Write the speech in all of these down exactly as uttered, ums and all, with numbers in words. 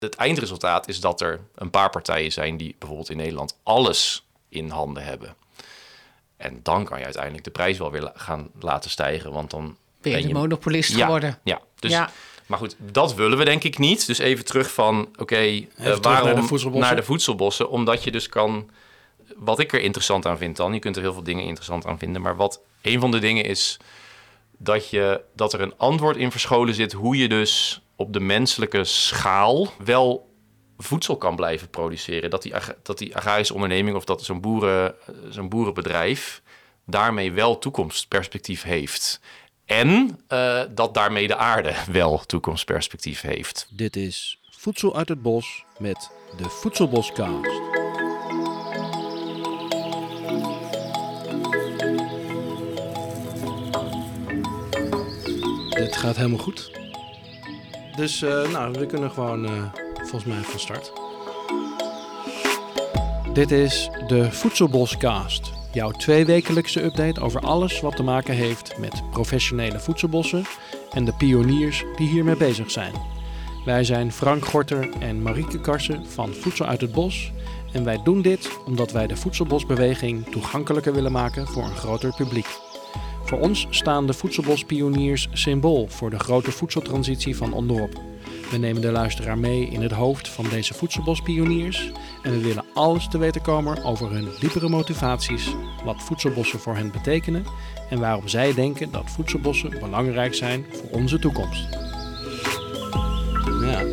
Het eindresultaat is dat er een paar partijen zijn die bijvoorbeeld in Nederland alles in handen hebben. En dan kan je uiteindelijk de prijs wel weer la- gaan laten stijgen, want dan Ben je ben de je monopolist ja, geworden. Ja, dus, Ja. maar goed, dat willen we denk ik niet. Dus even terug van, oké, okay, uh, terug waarom naar de voedselbossen? naar de voedselbossen? Omdat je dus kan, wat ik er interessant aan vind dan, je kunt er heel veel dingen interessant aan vinden, maar wat een van de dingen is dat, je, dat er een antwoord in verscholen zit hoe je dus op de menselijke schaal wel voedsel kan blijven produceren. Dat die, ag- dat die agrarische onderneming of dat zo'n, boeren, zo'n boerenbedrijf daarmee wel toekomstperspectief heeft. En uh, dat daarmee de aarde wel toekomstperspectief heeft. Dit is Voedsel uit het Bos met de Voedselboscast. Dit gaat helemaal goed. Dus uh, nou, we kunnen gewoon uh, volgens mij van start. Dit is de Voedselboscast. Jouw tweewekelijkse update over alles wat te maken heeft met professionele voedselbossen en de pioniers die hiermee bezig zijn. Wij zijn Frank Gorter en Marieke Karsen van Voedsel uit het Bos en wij doen dit omdat wij de voedselbosbeweging toegankelijker willen maken voor een groter publiek. Voor ons staan de voedselbospioniers symbool voor de grote voedseltransitie van onderop. We nemen de luisteraar mee in het hoofd van deze voedselbospioniers en we willen alles te weten komen over hun diepere motivaties, wat voedselbossen voor hen betekenen en waarom zij denken dat voedselbossen belangrijk zijn voor onze toekomst. Ja.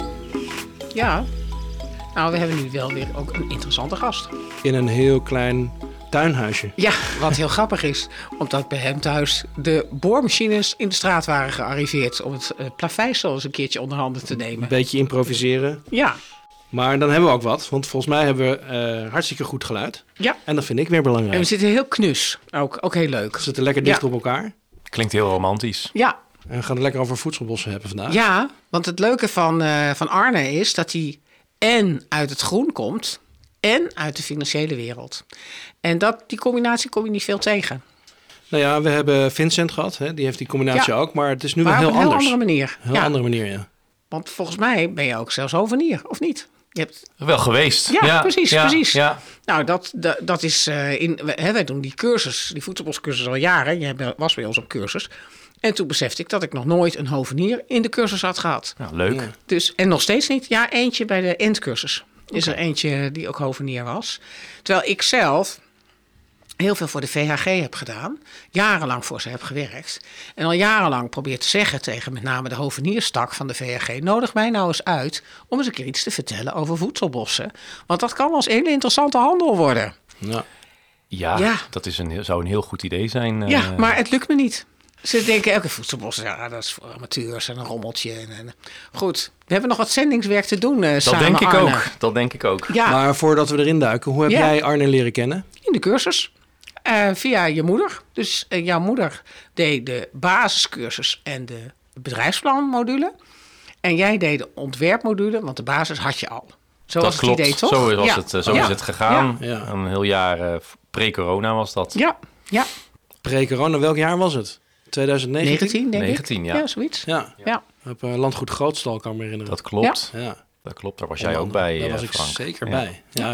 Ja. Nou, we hebben nu wel weer ook een interessante gast. In een heel klein tuinhuisje. Ja, wat heel grappig is. Omdat bij hem thuis de boormachines in de straat waren gearriveerd om het uh, plaveisel eens een keertje onder handen te nemen. Een beetje improviseren. Ja. Maar dan hebben we ook wat, want volgens mij hebben we uh, hartstikke goed geluid. Ja. En dat vind ik weer belangrijk. En we zitten heel knus. Ook, ook heel leuk. We zitten lekker dicht ja. op elkaar. Klinkt heel romantisch. Ja. En we gaan het lekker over voedselbossen hebben vandaag. Ja, want het leuke van, uh, van Arne is dat hij en uit het groen komt en uit de financiële wereld. En dat, die combinatie kom je niet veel tegen. Nou ja, we hebben Vincent gehad. Hè? Die heeft die combinatie ja. ook. Maar het is nu maar wel heel anders. anders. Op een heel andere manier. Heel ja. andere manier, ja. Want volgens mij ben je ook zelfs hovenier, of niet? Je hebt... Wel geweest. Ja, ja precies, ja, precies. Ja. Nou, dat, dat, dat is... Uh, in, hè, wij doen die cursus, die voedselboscursus al jaren. Jij was bij ons op cursus. En toen besefte ik dat ik nog nooit een hovenier in de cursus had gehad. Nou, leuk. Ja. Dus, en nog steeds niet. Ja, eentje bij de endcursus. Is Okay. er eentje die ook hovenier was. Terwijl ik zelf heel veel voor de V H G heb gedaan. Jarenlang voor ze heb gewerkt. En al jarenlang probeer te zeggen tegen met name de hovenierstak van de V H G... nodig mij nou eens uit om eens een keer iets te vertellen over voedselbossen. Want dat kan wel eens een hele interessante handel worden. Ja. Ja, Ja. dat is een, zou een heel goed idee zijn. Uh, Ja, maar het lukt me niet. Ze denken, elke voedselbos, ja, dat is voor amateurs en een rommeltje. En, en. Goed, we hebben nog wat zendingswerk te doen uh, dat samen, denk ik Arne. ook. Dat denk ik ook. Ja, Maar voordat we erin duiken, hoe heb Ja. jij Arne leren kennen? in de cursus. Uh, via je moeder. Dus uh, jouw moeder deed de basiscursus en de bedrijfsplanmodule. En jij deed de ontwerpmodule, want de basis had je al. Zo dat was klopt. het idee, toch? Zo, was ja. het, uh, zo ja. is het gegaan. Ja. Ja. Een heel jaar uh, pre-corona was dat. Ja, ja. Pre-corona, welk jaar was het? twintig negentien? negentien, denk negentien, ik. ja. Ja, zoiets. Ja, Ja. op uh, Landgoed Grootstal kan ik me herinneren. Dat klopt. Ja. Dat klopt, daar was jij ook bij, Daar uh, was ik Frank. zeker ja. bij. Ja.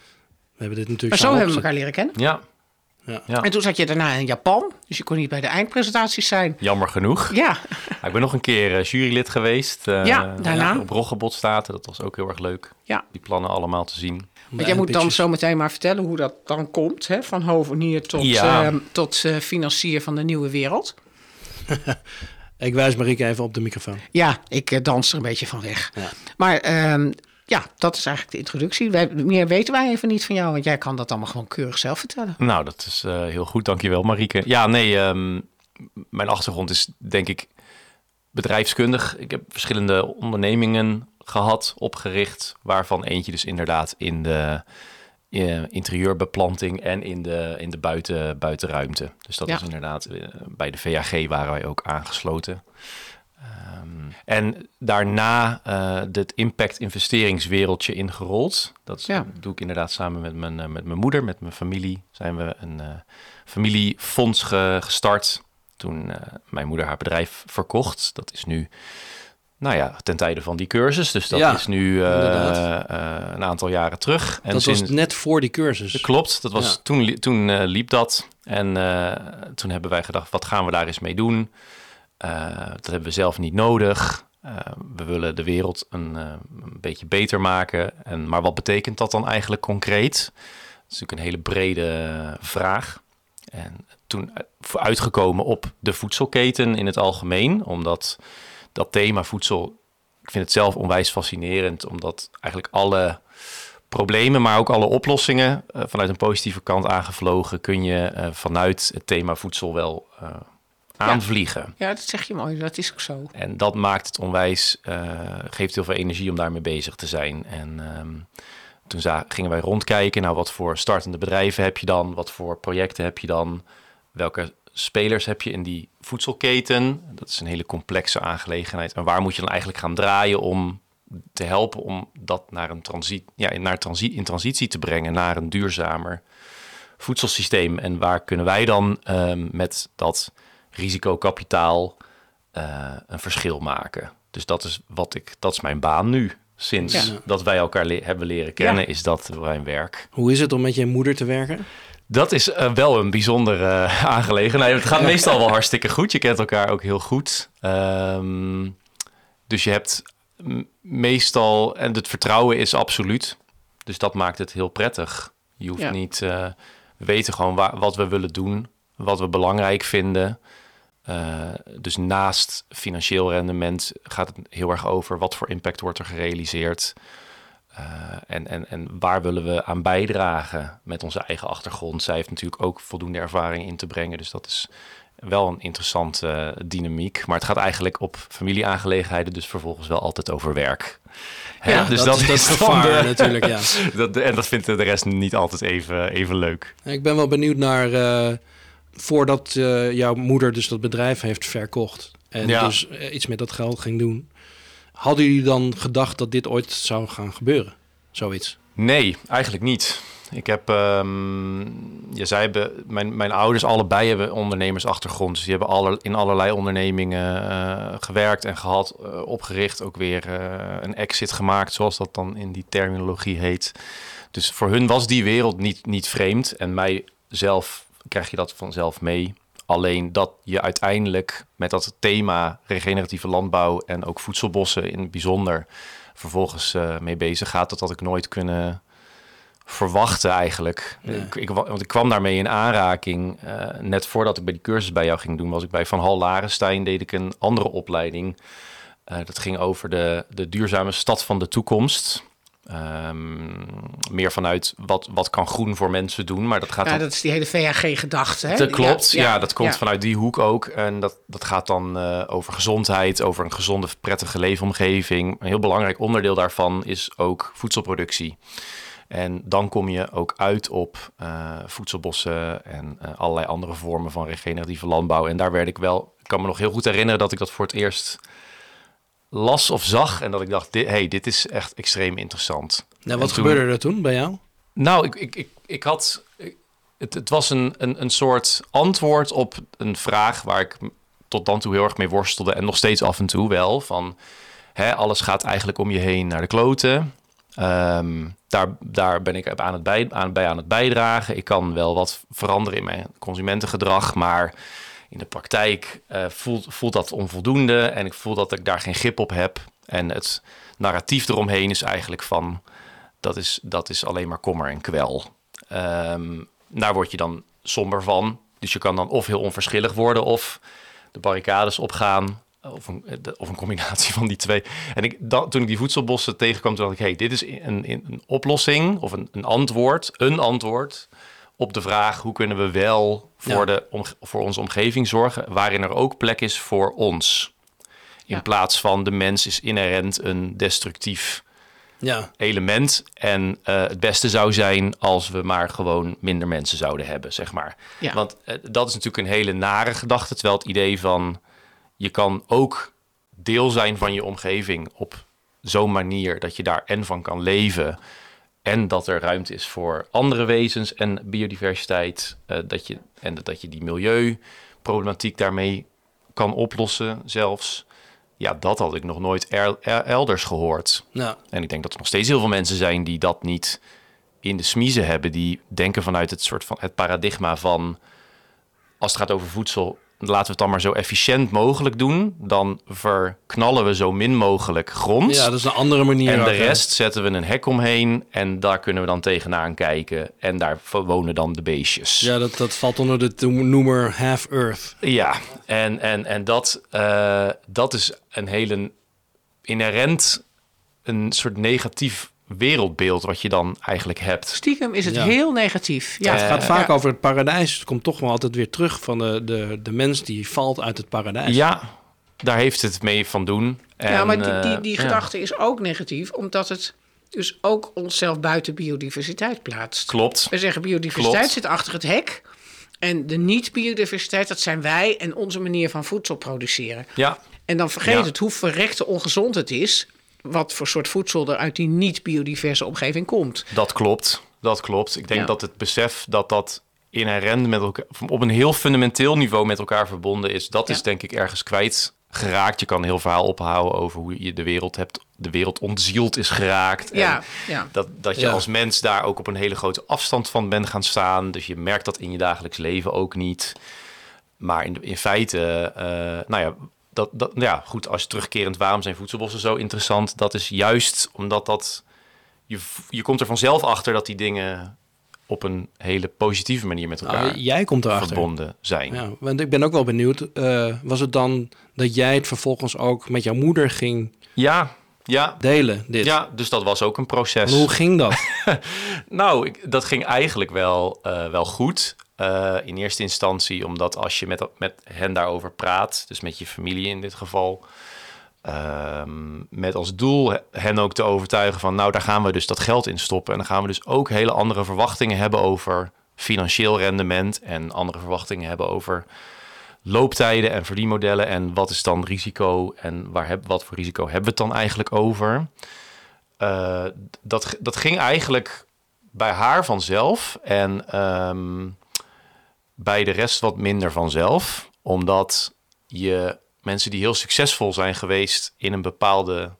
We hebben dit natuurlijk Maar zo samen hebben we opgezet. elkaar leren kennen. Ja. Ja. Ja. En toen zat je daarna in Japan. Dus je kon niet bij de eindpresentaties zijn. Jammer genoeg. Ja, Ja, ik ben nog een keer uh, jurylid geweest. uh, Ja, daarna. Op Roggebotstaten. Dat was ook heel erg leuk. ja. Die plannen allemaal te zien. Want jij moet dan zo meteen maar vertellen hoe dat dan komt. Hè? Van hovenier tot, Ja. uh, tot uh, financier van de nieuwe wereld. Ik wijs Marieke even op de microfoon. Ja, ik uh, dans er een beetje van weg. Ja. Maar um, ja, dat is eigenlijk de introductie. Wij, meer weten wij even niet van jou. Want jij kan dat allemaal gewoon keurig zelf vertellen. Nou, dat is uh, heel goed. Dankjewel, Marieke. Ja, nee, um, mijn achtergrond is denk ik bedrijfskundig. Ik heb verschillende ondernemingen gehad, opgericht, waarvan eentje dus inderdaad in de uh, interieurbeplanting en in de, in de buiten, buitenruimte. Dus dat Ja. is inderdaad, uh, bij de V H G waren wij ook aangesloten. Um, en daarna uh, het impact-investeringswereldje ingerold. Dat Ja. doe ik inderdaad samen met mijn, uh, met mijn moeder, met mijn familie. Zijn we een uh, familiefonds ge- gestart. Toen uh, mijn moeder haar bedrijf verkocht. Dat is nu nou ja, ten tijde van die cursus. Dus dat Ja, is nu uh, uh, een aantal jaren terug. En dat sinds... was net voor die cursus. Dat klopt, dat was, Ja. toen, toen uh, liep dat. En uh, toen hebben wij gedacht, wat gaan we daar eens mee doen? Uh, dat hebben we zelf niet nodig. Uh, we willen de wereld een, uh, een beetje beter maken. En, maar wat betekent dat dan eigenlijk concreet? Dat is natuurlijk een hele brede vraag. En toen uitgekomen op de voedselketen in het algemeen. Omdat dat thema voedsel, ik vind het zelf onwijs fascinerend. Omdat eigenlijk alle problemen, maar ook alle oplossingen uh, vanuit een positieve kant aangevlogen, kun je uh, vanuit het thema voedsel wel uh, aanvliegen. Ja, dat zeg je mooi, dat is ook zo. En dat maakt het onwijs, uh, geeft heel veel energie om daarmee bezig te zijn. En um, toen za- gingen wij rondkijken, nou wat voor startende bedrijven heb je dan? Wat voor projecten heb je dan? Welke spelers heb je in die voedselketen? Dat is een hele complexe aangelegenheid. En waar moet je dan eigenlijk gaan draaien om te helpen om dat naar een transi- ja, naar transi- in transitie te brengen naar een duurzamer voedselsysteem? En waar kunnen wij dan um, met dat risicokapitaal uh, een verschil maken? Dus dat is wat ik, dat is mijn baan nu. Sinds ja. dat wij elkaar le- hebben leren kennen, ja. is dat mijn werk. Hoe is het om met je moeder te werken? Dat is uh, wel een bijzondere uh, aangelegenheid. Het gaat meestal wel hartstikke goed. Je kent elkaar ook heel goed. Um, dus je hebt m- meestal... En het vertrouwen is absoluut. Dus dat maakt het heel prettig. Je hoeft ja. niet... Uh, we weten gewoon wa- wat we willen doen. Wat we belangrijk vinden. Uh, dus naast financieel rendement gaat het heel erg over wat voor impact wordt er gerealiseerd. Uh, en, en, en waar willen we aan bijdragen met onze eigen achtergrond. Zij heeft natuurlijk ook voldoende ervaring in te brengen. Dus dat is wel een interessante uh, dynamiek. Maar het gaat eigenlijk op familieaangelegenheden dus vervolgens wel altijd over werk. Hè? Ja, dus dat, dat is dat gevaar de, natuurlijk, ja. dat, en dat vindt de rest niet altijd even, even leuk. Ik ben wel benieuwd naar... Uh, voordat uh, jouw moeder dus dat bedrijf heeft verkocht... en ja. dus uh, iets met dat geld ging doen... hadden jullie dan gedacht dat dit ooit zou gaan gebeuren? Zoiets? Nee, eigenlijk niet. Ik heb, um, ja, zij hebben, mijn, mijn ouders allebei hebben ondernemersachtergrond. Dus die hebben alle, in allerlei ondernemingen uh, gewerkt en gehad, uh, opgericht. Ook weer uh, een exit gemaakt, zoals dat dan in die terminologie heet. Dus voor hun was die wereld niet, niet vreemd. En mij zelf krijg je dat vanzelf mee. Alleen dat je uiteindelijk met dat thema regeneratieve landbouw en ook voedselbossen in het bijzonder vervolgens uh, mee bezig gaat, dat had ik nooit kunnen verwachten eigenlijk. Nee. Ik, ik, want ik kwam daarmee in aanraking. Uh, net voordat ik bij die cursus bij jou ging doen, was ik bij Van Hal Larenstein, deed ik een andere opleiding. Uh, dat ging over de, de duurzame stad van de toekomst. Um, meer vanuit wat, wat kan groen voor mensen doen, maar dat gaat ja, dan... dat is die hele V H G-gedachte. Hè? Dat klopt, ja, ja, ja dat komt ja. vanuit die hoek ook. En dat, dat gaat dan uh, over gezondheid, over een gezonde, prettige leefomgeving. Een heel belangrijk onderdeel daarvan is ook voedselproductie. En dan kom je ook uit op uh, voedselbossen en uh, allerlei andere vormen van regeneratieve landbouw. En daar werd ik wel, ik kan me nog heel goed herinneren dat ik dat voor het eerst las of zag en dat ik dacht, dit, hey, dit is echt extreem interessant. Nou, wat toen, gebeurde er toen bij jou? Nou, ik, ik, ik, ik had... Ik, het, het was een, een, een soort antwoord op een vraag waar ik tot dan toe heel erg mee worstelde en nog steeds af en toe wel. Van, hè, alles gaat eigenlijk om je heen naar de kloten. Um, daar, daar ben ik aan het bij, aan, bij aan het bijdragen. Ik kan wel wat veranderen in mijn consumentengedrag, maar in de praktijk uh, voelt, voelt dat onvoldoende en ik voel dat ik daar geen grip op heb. En het narratief eromheen is eigenlijk van, dat is, dat is alleen maar kommer en kwel. Um, daar word je dan somber van. Dus je kan dan of heel onverschillig worden of de barricades opgaan. Of een, of een combinatie van die twee. En ik, dat, toen ik die voedselbossen tegenkwam, toen dacht ik, hey, dit is een, een oplossing of een, een antwoord, een antwoord op de vraag, hoe kunnen we wel voor, ja. de, om, voor onze omgeving zorgen, waarin er ook plek is voor ons. In ja. plaats van de mens is inherent een destructief ja. element. En uh, het beste zou zijn als we maar gewoon minder mensen zouden hebben, zeg maar. Ja. Want uh, dat is natuurlijk een hele nare gedachte, terwijl het idee van je kan ook deel zijn van je omgeving op zo'n manier dat je daar en van kan leven en dat er ruimte is voor andere wezens en biodiversiteit. Uh, dat je, en dat je die milieuproblematiek daarmee kan oplossen zelfs. Ja, dat had ik nog nooit er, er- elders gehoord. Ja. En ik denk dat er nog steeds heel veel mensen zijn die dat niet in de smiezen hebben. Die denken vanuit het soort van het paradigma van, als het gaat over voedsel, laten we het dan maar zo efficiënt mogelijk doen. Dan verknallen we zo min mogelijk grond. Ja, dat is een andere manier. En de ook, hè. rest zetten we een hek omheen en daar kunnen we dan tegenaan kijken. En daar wonen dan de beestjes. Ja, dat, dat valt onder de to- noemer Half Earth. Ja, en, en, en dat, eh, dat is een hele inherent een soort negatief wereldbeeld wat je dan eigenlijk hebt. Stiekem is het Ja. heel negatief. Ja, Het gaat vaak ja. over het paradijs. Het komt toch wel altijd weer terug van de, de, de mens die valt uit het paradijs. Ja, daar heeft het mee van doen. En, ja, maar die, die, eh, die ja. gedachte is ook negatief, omdat het dus ook onszelf buiten biodiversiteit plaatst. Klopt. We zeggen biodiversiteit Klopt. zit achter het hek. En de niet-biodiversiteit, dat zijn wij en onze manier van voedsel produceren. Ja, En dan vergeet Ja. het hoe verrekte ongezond het is, wat voor soort voedsel er uit die niet-biodiverse omgeving komt. dat klopt. Dat klopt. Ik denk Ja. dat het besef dat dat inherent met elkaar, op een heel fundamenteel niveau met elkaar verbonden is, dat Ja. is denk ik ergens kwijt geraakt. Je kan een heel verhaal ophouden over hoe je de wereld hebt, de wereld ontzield is geraakt. Ja, En ja. Dat, dat je Ja. als mens daar ook op een hele grote afstand van bent gaan staan. Dus je merkt dat in je dagelijks leven ook niet. Maar in, in feite, eh, nou ja, dat, dat, ja, goed, als je terugkerend, waarom zijn voedselbossen zo interessant? Dat is juist omdat dat, je, je komt er vanzelf achter dat die dingen op een hele positieve manier met elkaar Nou, jij komt erachter. verbonden zijn. Ja, want ik ben ook wel benieuwd. eh, was het dan dat jij het vervolgens ook met jouw moeder ging Ja, ja, delen, dit? ja, dus dat was ook een proces. En hoe ging dat? Nou, ik, dat ging eigenlijk wel, eh, wel goed. Eh, in eerste instantie, omdat als je met, met hen daarover praat, dus met je familie in dit geval, ehm, met als doel hen ook te overtuigen van, nou, daar gaan we dus dat geld in stoppen. En dan gaan we dus ook hele andere verwachtingen hebben over financieel rendement en andere verwachtingen hebben over looptijden en verdienmodellen en wat is dan risico en waar heb, wat voor risico hebben we het dan eigenlijk over? Uh, dat, dat ging eigenlijk bij haar vanzelf en ehm, bij de rest wat minder vanzelf. Omdat je mensen die heel succesvol zijn geweest in een bepaalde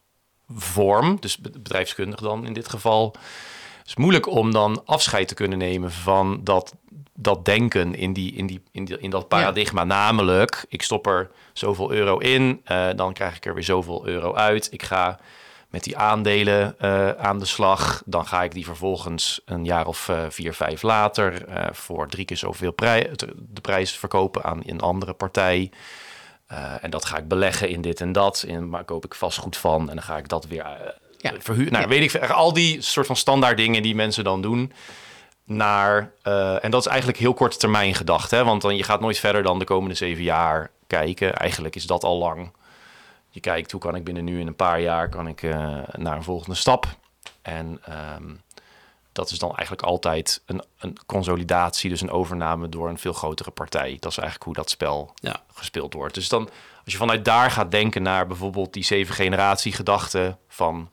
vorm, dus bedrijfskundig dan in dit geval, het is moeilijk om dan afscheid te kunnen nemen van dat, dat denken in, die, in, die, in, die, in dat paradigma. Ja. Namelijk, ik stop er zoveel euro in, uh, dan krijg ik er weer zoveel euro uit. Ik ga met die aandelen uh, aan de slag. Dan ga ik die vervolgens een jaar of uh, vier, vijf later uh, voor drie keer zoveel prij- de prijs verkopen aan een andere partij. Uh, en dat ga ik beleggen in dit en dat. En maar koop ik vastgoed van en dan ga ik dat weer uh, ja. verhuren. Nou, ja. weet ik al die soort van standaard dingen die mensen dan doen. Naar, uh, en dat is eigenlijk heel korte termijn gedacht. Hè? Want dan, je gaat nooit verder dan de komende zeven jaar kijken. Eigenlijk is dat al lang. Je kijkt, hoe kan ik binnen nu in een paar jaar kan ik uh, naar een volgende stap. En um, dat is dan eigenlijk altijd een, een consolidatie, dus een overname door een veel grotere partij. Dat is eigenlijk hoe dat spel ja. gespeeld wordt. Dus dan, als je vanuit daar gaat denken naar bijvoorbeeld die zeven generatie gedachte van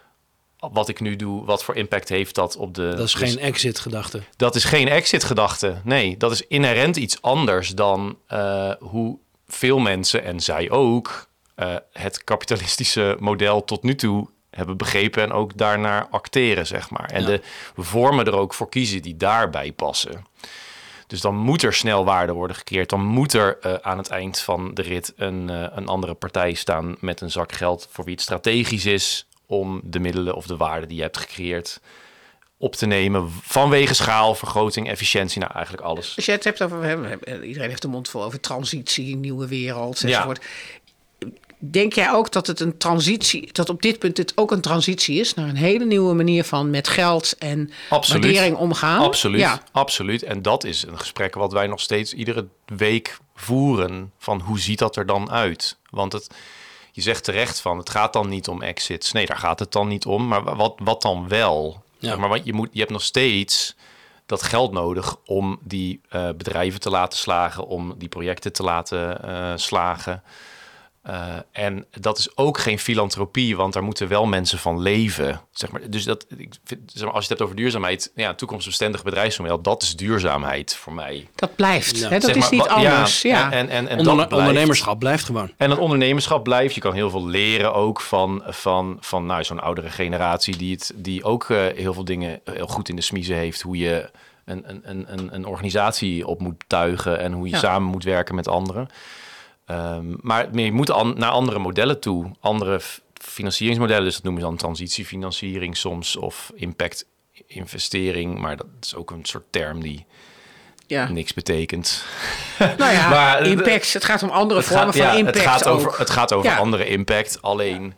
wat ik nu doe, wat voor impact heeft dat op de... Dat is dus, geen exit-gedachte. Dat is geen exit-gedachte. Nee, dat is inherent iets anders dan uh, hoe veel mensen, en zij ook, Uh, het kapitalistische model tot nu toe hebben begrepen en ook daarnaar acteren, zeg maar. En ja. de vormen er ook voor kiezen die daarbij passen. Dus dan moet er snel waarde worden gecreëerd. Dan moet er uh, aan het eind van de rit een, uh, een andere partij staan met een zak geld voor wie het strategisch is om de middelen of de waarde die je hebt gecreëerd op te nemen vanwege schaal, vergroting, efficiëntie, nou eigenlijk alles. Als je het hebt over, iedereen heeft de mond vol over transitie, nieuwe wereld, enzovoort. Ja. Denk jij ook dat het een transitie, dat op dit punt het ook een transitie is naar een hele nieuwe manier van met geld en absoluut. Waardering omgaan? Absoluut, ja. absoluut. En dat is een gesprek wat wij nog steeds iedere week voeren. Van hoe ziet dat er dan uit? Want het, je zegt terecht van, het gaat dan niet om exits. Nee, daar gaat het dan niet om. Maar wat, wat dan wel? Ja. Maar want je, moet, je hebt nog steeds dat geld nodig om die uh, bedrijven te laten slagen, om die projecten te laten uh, slagen. Uh, en dat is ook geen filantropie, want daar moeten wel mensen van leven. Zeg maar. Dus dat, ik vind, zeg maar, als je het hebt over duurzaamheid, ja, toekomstbestendig bedrijfsmodel, dat is duurzaamheid voor mij. Dat blijft, Ja. hè? Dat Zeg is maar, niet wat, anders. Ja, Ja. En, en, en Onder, dat blijft. ondernemerschap blijft gewoon. En dat ondernemerschap blijft. Je kan heel veel leren ook van, van, van nou, zo'n oudere generatie die, het, die ook uh, heel veel dingen heel goed in de smiezen heeft. Hoe je een, een, een, een organisatie op moet tuigen en hoe je Ja. samen moet werken met anderen. Um, maar je moet an, naar andere modellen toe. Andere f- financieringsmodellen. Dus dat noemen ze dan transitiefinanciering soms. Of impact-investering. Maar dat is ook een soort term die Ja. niks betekent. Nou ja, Maar, impact. Het gaat om andere Het vormen gaat, van ja, impact het gaat ook. over, het gaat over Ja. andere impact. Alleen,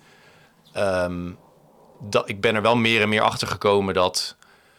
um, dat, ik ben er wel meer en meer achter gekomen dat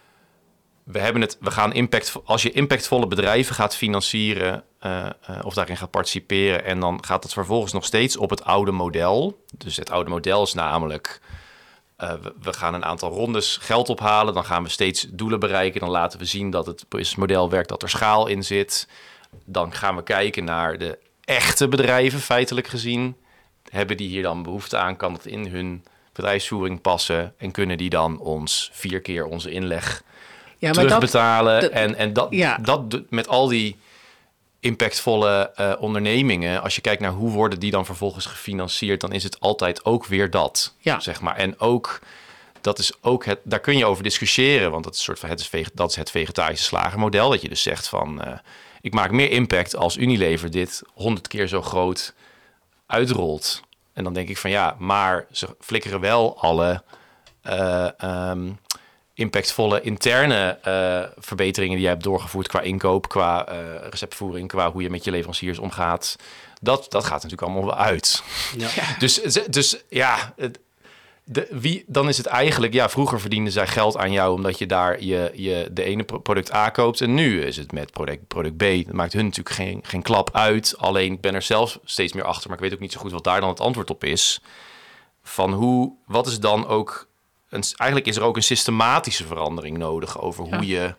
we hebben het, we gaan impact, als je impactvolle bedrijven gaat financieren uh, uh, of daarin gaat participeren en dan gaat het vervolgens nog steeds op het oude model. Dus het oude model is namelijk, uh, we, we gaan een aantal rondes geld ophalen, dan gaan we steeds doelen bereiken, dan laten we zien dat het model werkt, dat er schaal in zit. Dan gaan we kijken naar de echte bedrijven, feitelijk gezien. Hebben die hier dan behoefte aan? Kan het in hun bedrijfsvoering passen? En kunnen die dan ons vier keer onze inleg Ja, terugbetalen? dat, en en dat, ja. dat met al die impactvolle uh, ondernemingen, als je kijkt naar hoe worden die dan vervolgens gefinancierd, dan is het altijd ook weer dat, Ja. zeg maar. En ook, dat is ook het, daar kun je over discussiëren, want dat is, een soort van, het is vege, dat is het vegetarische slagermodel, dat je dus zegt van, uh, ik maak meer impact als Unilever dit honderd keer zo groot uitrolt. En dan denk ik van ja, maar ze flikkeren wel alle uh, um, impactvolle interne uh, verbeteringen die je hebt doorgevoerd qua inkoop, qua uh, receptvoering, qua hoe je met je leveranciers omgaat. Dat, dat gaat natuurlijk allemaal wel uit. Ja. Dus, dus ja, de, wie, dan is het eigenlijk, ja, vroeger verdienden zij geld aan jou omdat je daar je, je de ene product A koopt. En nu is het met product, product B. Dat maakt hun natuurlijk geen, geen klap uit. Alleen ik ben er zelf steeds meer achter, maar ik weet ook niet zo goed wat daar dan het antwoord op is. Van hoe, wat is dan ook, een, eigenlijk is er ook een systematische verandering nodig over Ja. hoe je,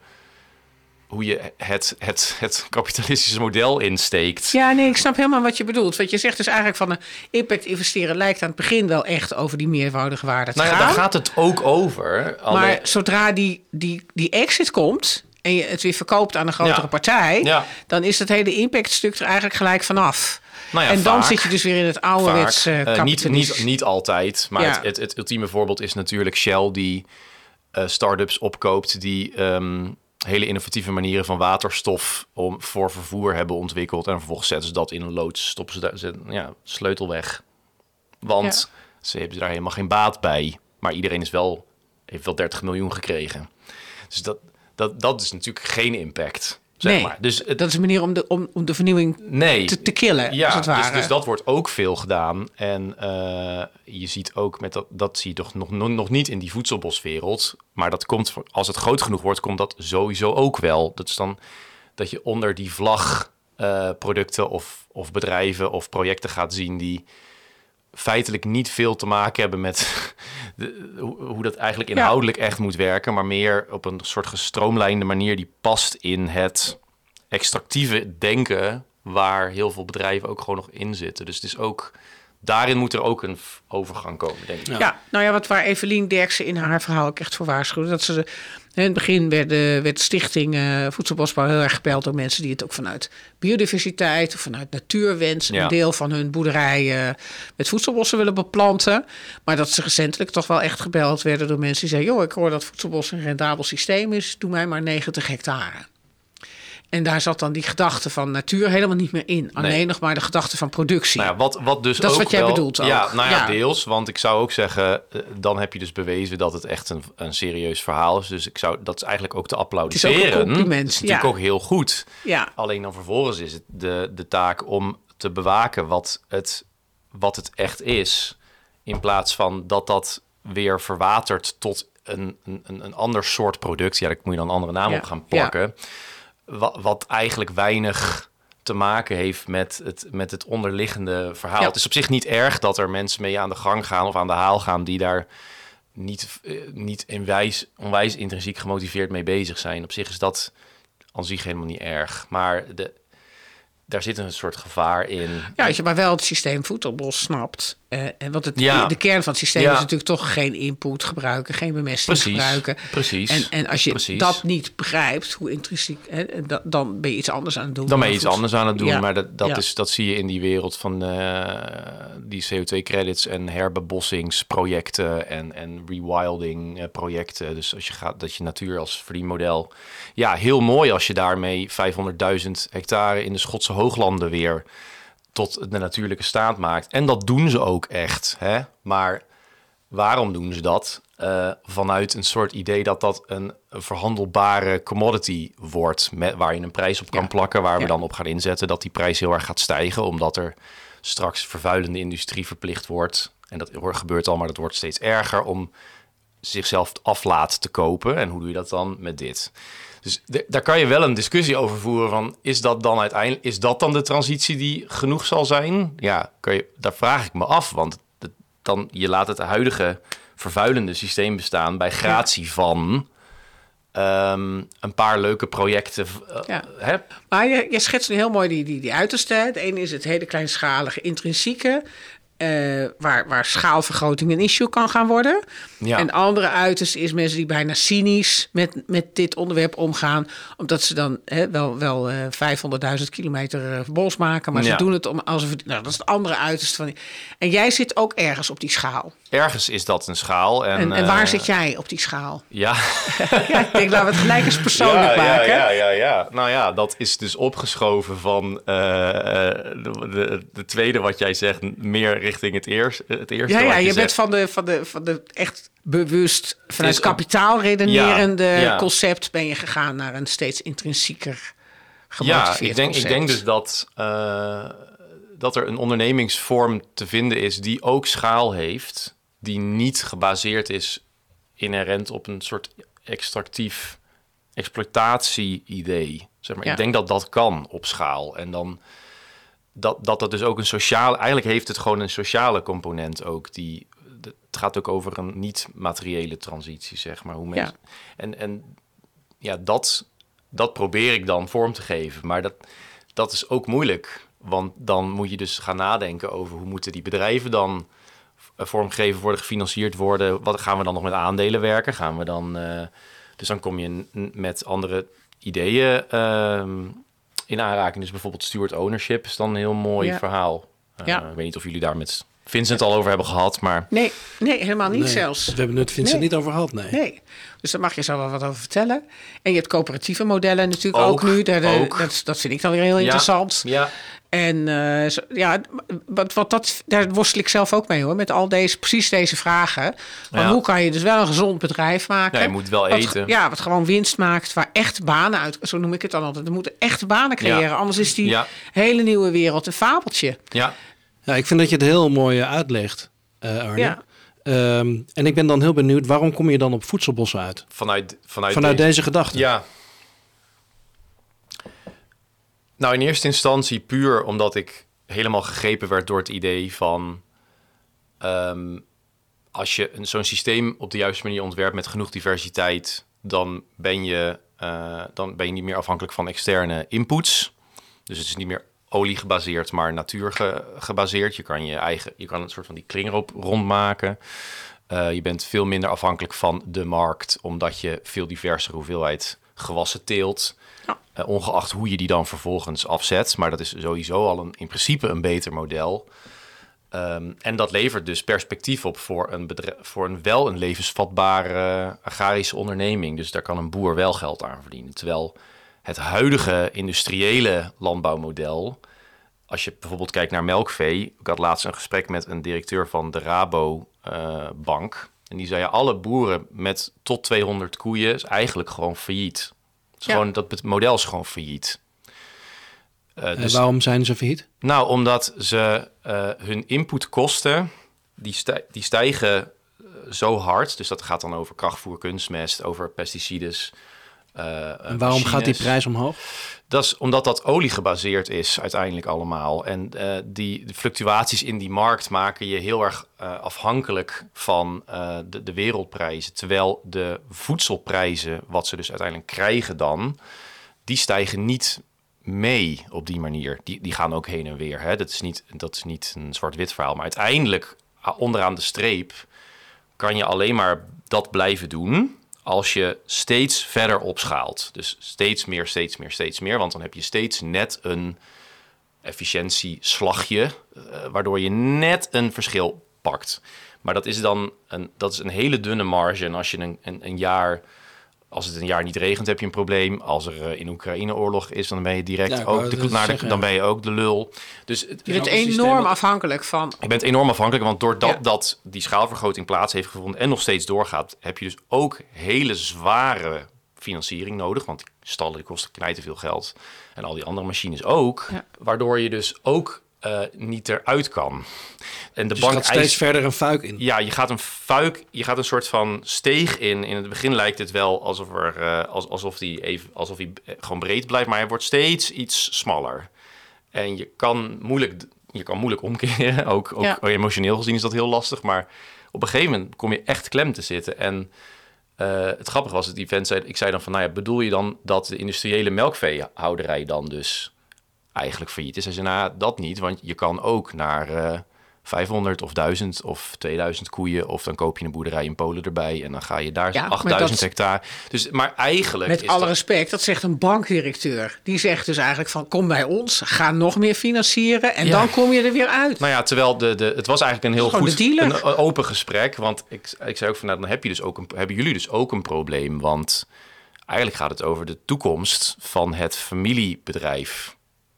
hoe je het, het, het kapitalistische model insteekt. Ja, nee, ik snap helemaal wat je bedoelt. Wat je zegt dus eigenlijk van een impact investeren lijkt aan het begin wel echt over die meervoudige waarde te Nou ja, gaan. daar gaat het ook over. Alleen, Maar zodra die, die, die exit komt en je het weer verkoopt aan een grotere Ja. partij, Ja. dan is het hele impactstuk er eigenlijk gelijk vanaf. Nou ja, en dan vaak, zit je dus weer in het ouderwets uh, vaak, uh, niet, kapitalisme. niet, niet altijd, maar Ja. het, het, het ultieme voorbeeld is natuurlijk Shell die uh, start-ups opkoopt die um, hele innovatieve manieren van waterstof om, voor vervoer hebben ontwikkeld. En vervolgens zetten ze dat in een loods, stoppen ze daar, zetten, ja, sleutel weg. Want Ja. ze hebben daar helemaal geen baat bij. Maar iedereen is wel, heeft wel dertig miljoen gekregen. Dus dat, dat, dat is natuurlijk geen impact. Zeg Nee, maar. Dus het, dat is een manier om de, om, om de vernieuwing nee, te, te killen, ja, als het ware. Dus, dus dat wordt ook veel gedaan. En uh, je ziet ook, met dat, dat zie je toch nog, nog, nog niet in die voedselboswereld. Maar dat komt, als het groot genoeg wordt, komt dat sowieso ook wel. Dat is dan dat je onder die vlag uh, producten of, of bedrijven of projecten gaat zien die feitelijk niet veel te maken hebben met de, hoe dat eigenlijk inhoudelijk ja. echt moet werken, maar meer op een soort gestroomlijnde manier die past in het extractieve denken waar heel veel bedrijven ook gewoon nog in zitten. Dus het is ook, daarin moet er ook een overgang komen, denk ik. Ja, ja nou ja, wat waar Evelien Derksen in haar verhaal ook echt voor waarschuwde, dat ze de, in het begin werd de, werd de stichting uh, Voedselbosbouw heel erg gebeld door mensen die het ook vanuit biodiversiteit of vanuit natuurwens ja. een deel van hun boerderij uh, met voedselbossen willen beplanten. Maar dat ze recentelijk toch wel echt gebeld werden door mensen die zeiden, joh, ik hoor dat voedselbos een rendabel systeem is, doe mij maar negentig hectare. En daar zat dan die gedachte van natuur helemaal niet meer in. Alleen nee. nog maar de gedachte van productie. Nou ja, wat, wat dus dat is ook wat jij wel, bedoelt ook. Ja, nou ja, ja, deels. Want ik zou ook zeggen, dan heb je dus bewezen dat het echt een, een serieus verhaal is. Dus ik zou, dat is eigenlijk ook te applaudisseren. Het is ook een compliment. Het is natuurlijk ja. ook heel goed. Ja. Alleen dan vervolgens is het de, de taak om te bewaken wat het, wat het echt is. In plaats van dat dat weer verwatert tot een, een, een ander soort product. Ja, daar moet je dan een andere naam ja. op gaan plakken. Ja. Wat, wat eigenlijk weinig te maken heeft met het, met het onderliggende verhaal. Ja. Het is op zich niet erg dat er mensen mee aan de gang gaan of aan de haal gaan die daar niet, uh, niet in wijs, onwijs intrinsiek gemotiveerd mee bezig zijn. Op zich is dat aan zich helemaal niet erg. Maar de, daar zit een soort gevaar in. Ja, als je maar wel het systeem voedselbos snapt. Uh, want het, ja. de kern van het systeem ja. is natuurlijk toch geen input gebruiken, geen bemesting precies, gebruiken. Precies. En, en als je precies. dat niet begrijpt, hoe intrinsiek, hè, dan ben je iets anders aan het doen. Dan ben je iets anders aan het doen, ja. maar dat, dat, ja. is, dat zie je in die wereld van uh, die C O twee credits en herbebossingsprojecten en, en rewilding projecten. Dus als je gaat, dat je natuur als verdienmodel. Ja, heel mooi als je daarmee vijfhonderdduizend hectare in de Schotse hooglanden weer tot de natuurlijke staat maakt. En dat doen ze ook echt. Hè? Maar waarom doen ze dat? Uh, vanuit een soort idee dat dat een verhandelbare commodity wordt, met, waar je een prijs op kan ja. plakken, waar we ja. dan op gaan inzetten, dat die prijs heel erg gaat stijgen, omdat er straks vervuilende industrie verplicht wordt. En dat gebeurt al, maar dat wordt steeds erger om zichzelf aflaat te kopen. En hoe doe je dat dan met dit? Dus de, daar kan je wel een discussie over voeren van, is dat dan uiteindelijk, is dat dan de transitie die genoeg zal zijn? Ja, kan je, daar vraag ik me af, want de, dan, je laat het huidige vervuilende systeem bestaan bij gratie ja. van um, een paar leuke projecten. Uh, ja. Hè? Maar je, je schetst nu heel mooi die, die, die uiterste. Het ene is het hele kleinschalige intrinsieke, Uh, waar, waar schaalvergroting een issue kan gaan worden. Ja. En andere uiterste is mensen die bijna cynisch met, met dit onderwerp omgaan, omdat ze dan hè, wel, wel uh, vijfhonderdduizend kilometer uh, bos maken, maar ja. ze doen het om alsof het, nou, dat is het andere uiterste van die. En jij zit ook ergens op die schaal. Ergens is dat een schaal. En, en, en waar uh, zit jij op die schaal? Ja. ja, ik denk, laten we het gelijk eens persoonlijk ja, maken. Ja, ja, ja, ja. Nou ja, dat is dus opgeschoven van uh, de, de, de tweede wat jij zegt, meer richting het eerste. Het eerste ja, ja, je, je bent zegt. van de, van, de, van de echt bewust vanuit kapitaal redenerende ja, ja. concept ben je gegaan naar een steeds intrinsieker gemotiveerd ja, ik denk, concept. ik denk dus dat, uh, dat er een ondernemingsvorm te vinden is die ook schaal heeft, die niet gebaseerd is inherent op een soort extractief exploitatie-idee. Zeg maar. Ja. Ik denk dat dat kan op schaal. En dan dat dat, dat dus ook een sociale... Eigenlijk heeft het gewoon een sociale component ook. Die, het gaat ook over een niet-materiële transitie, zeg maar. Hoe mensen, ja. En, en ja, dat, dat probeer ik dan vorm te geven. Maar dat, dat is ook moeilijk. Want dan moet je dus gaan nadenken over hoe moeten die bedrijven dan vormgegeven worden, gefinancierd worden. Wat gaan we dan nog met aandelen werken? Gaan we dan... Uh, dus dan kom je n- met andere ideeën uh, in aanraking. Dus bijvoorbeeld steward ownership is dan een heel mooi ja. verhaal. Uh, ja. Ik weet niet of jullie daar met Vincent al over hebben gehad, maar... Nee, nee helemaal niet nee, zelfs. We hebben het Vincent nee. niet over gehad, nee. Nee, dus daar mag je zo wel wat over vertellen. En je hebt coöperatieve modellen natuurlijk ook, ook nu. Daar, ook. Dat, dat vind ik dan weer heel ja. interessant. Ja. En uh, ja, wat, wat dat, daar worstel ik zelf ook mee hoor. Met al deze, precies deze vragen. Van ja. Hoe kan je dus wel een gezond bedrijf maken? Ja, je moet wel wat, eten. Ja, wat gewoon winst maakt. Waar echt banen uit... Zo noem ik het dan altijd. Er moeten echt banen creëren. Ja. Anders is die ja. hele nieuwe wereld een fabeltje. Ja. Ja, ik vind dat je het heel mooi uitlegt, uh, Arne. Ja. Um, en ik ben dan heel benieuwd, waarom kom je dan op voedselbossen uit? Vanuit, vanuit, vanuit deze, deze gedachte? Ja. Nou, in eerste instantie puur omdat ik helemaal gegrepen werd door het idee van... Um, als je een, zo'n systeem op de juiste manier ontwerpt met genoeg diversiteit, dan ben je, uh, dan ben je niet meer afhankelijk van externe inputs. Dus het is niet meer olie gebaseerd, maar natuur ge, gebaseerd. Je kan je eigen, je kan een soort van die kringloop rondmaken. Uh, je bent veel minder afhankelijk van de markt, omdat je veel diverser hoeveelheid gewassen teelt. Ja. Uh, ongeacht hoe je die dan vervolgens afzet. Maar dat is sowieso al een, in principe een beter model. Um, en dat levert dus perspectief op voor een, bedrijf, voor een wel een levensvatbare agrarische onderneming. Dus daar kan een boer wel geld aan verdienen. Terwijl het huidige industriële landbouwmodel, als je bijvoorbeeld kijkt naar melkvee. Ik had laatst een gesprek met een directeur van de Rabobank. Uh, en die zei, ja, alle boeren met tot tweehonderd koeien is eigenlijk gewoon failliet. Het, ja. gewoon, dat, het model is gewoon failliet. Uh, dus, waarom zijn ze failliet? Nou, omdat ze uh, hun inputkosten, die, stij, die stijgen uh, zo hard. Dus dat gaat dan over krachtvoer, kunstmest, over pesticides. Uh, en waarom machines. Gaat die prijs omhoog? Dat is omdat dat olie gebaseerd is uiteindelijk allemaal. En uh, die de fluctuaties in die markt maken je heel erg uh, afhankelijk van uh, de, de wereldprijzen. Terwijl de voedselprijzen, wat ze dus uiteindelijk krijgen dan, die stijgen niet mee op die manier. Die, die gaan ook heen en weer. Hè? Dat is niet, dat is niet een zwart-wit verhaal. Maar uiteindelijk, onderaan de streep, kan je alleen maar dat blijven doen als je steeds verder opschaalt. Dus steeds meer, steeds meer, steeds meer. Want dan heb je steeds net een efficiëntieslagje, uh, waardoor je net een verschil pakt. Maar dat is dan een, dat is een hele dunne marge. En als je een, een, een jaar, als het een jaar niet regent, heb je een probleem. Als er uh, in Oekraïne oorlog is, dan ben je direct ja, ook de, naar de, zeggen, dan ben je ook de lul. Dus het, je bent enorm afhankelijk van. Je bent enorm afhankelijk, want doordat ja. dat die schaalvergroting plaats heeft gevonden en nog steeds doorgaat, heb je dus ook hele zware financiering nodig, want die stallen die kosten knijten veel geld en al die andere machines ook, ja. waardoor je dus ook uh, niet eruit kan. En de dus bank gaat steeds eist, verder een fuik in. Ja, je gaat een fuik, je gaat een soort van steeg in. In het begin lijkt het wel alsof er, uh, als, alsof die even, alsof hij gewoon breed blijft, maar hij wordt steeds iets smaller. En je kan moeilijk, je kan moeilijk omkeren. Ook, ook ja. emotioneel gezien is dat heel lastig, maar op een gegeven moment kom je echt klem te zitten. En Uh, het grappige was, het event zei, ik zei dan van, nou ja, bedoel je dan dat de industriële melkveehouderij dan dus eigenlijk failliet is? Hij zei, nou, dat niet, want je kan ook naar uh, vijfhonderd of duizend of tweeduizend koeien, of dan koop je een boerderij in Polen erbij en dan ga je daar ja, achtduizend hectare. Dus, maar eigenlijk met is alle dat... respect, dat zegt een bankdirecteur. Die zegt dus eigenlijk van, kom bij ons, ga nog meer financieren en ja. dan kom je er weer uit. Nou ja, terwijl de, de, het was eigenlijk een heel goed, een open gesprek, want ik, ik zei ook van, nou, dan heb je dus ook een, hebben jullie dus ook een probleem, want eigenlijk gaat het over de toekomst van het familiebedrijf.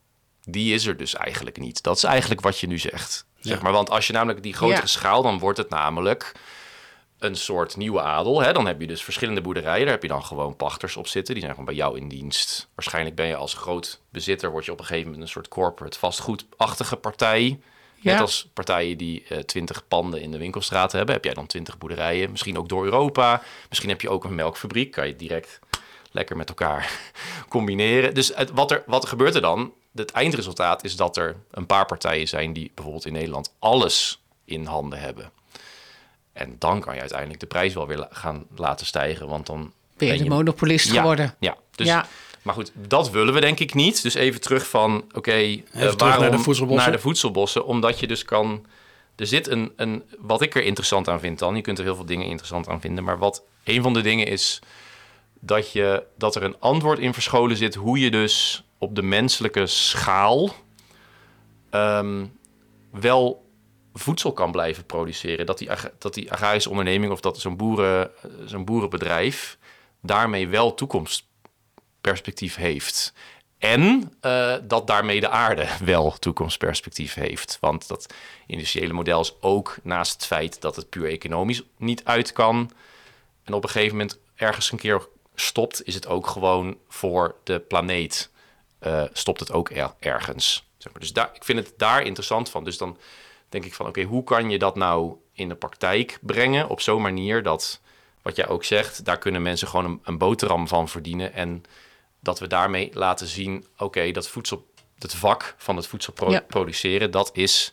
Die is er dus eigenlijk niet. Dat is eigenlijk wat je nu zegt. Zeg maar, want als je namelijk die grotere ja. schaal, dan wordt het namelijk een soort nieuwe adel. Hè? Dan heb je dus verschillende boerderijen. Daar heb je dan gewoon pachters op zitten. Die zijn gewoon bij jou in dienst. Waarschijnlijk ben je als groot bezitter, word je op een gegeven moment een soort corporate vastgoedachtige partij. Ja. Net als partijen die twintig uh, panden in de winkelstraat hebben, heb jij dan twintig boerderijen. Misschien ook door Europa. Misschien heb je ook een melkfabriek. Kan je direct lekker met elkaar combineren. Dus het, wat, er, wat gebeurt er dan? Het eindresultaat is dat er een paar partijen zijn die bijvoorbeeld in Nederland alles in handen hebben. En dan kan je uiteindelijk de prijs wel weer la- gaan laten stijgen, want dan ben je, ben je de monopolist ja, geworden. Ja, dus, ja. Maar goed, dat willen we denk ik niet. Dus even terug van, oké, okay, uh, waarom naar de voedselbossen? Naar de voedselbossen? Omdat je dus kan, er zit een, een, wat ik er interessant aan vind dan, je kunt er heel veel dingen interessant aan vinden, maar wat een van de dingen is, dat, je, dat er een antwoord in verscholen zit hoe je dus op de menselijke schaal um, wel voedsel kan blijven produceren. Dat die, dat die agrarische onderneming of dat zo'n, boeren, zo'n boerenbedrijf daarmee wel toekomstperspectief heeft. En uh, dat daarmee de aarde wel toekomstperspectief heeft. Want dat industriële model is ook naast het feit dat het puur economisch niet uit kan en op een gegeven moment ergens een keer stopt, is het ook gewoon voor de planeet. Uh, stopt het ook er, ergens. Zeg maar. Dus daar, ik vind het daar interessant van. Dus dan denk ik van, oké, okay, hoe kan je dat nou in de praktijk brengen op zo'n manier dat, wat jij ook zegt, daar kunnen mensen gewoon een, een boterham van verdienen en dat we daarmee laten zien, oké, okay, dat voedsel, het vak van het voedsel pro- ja. produceren, dat is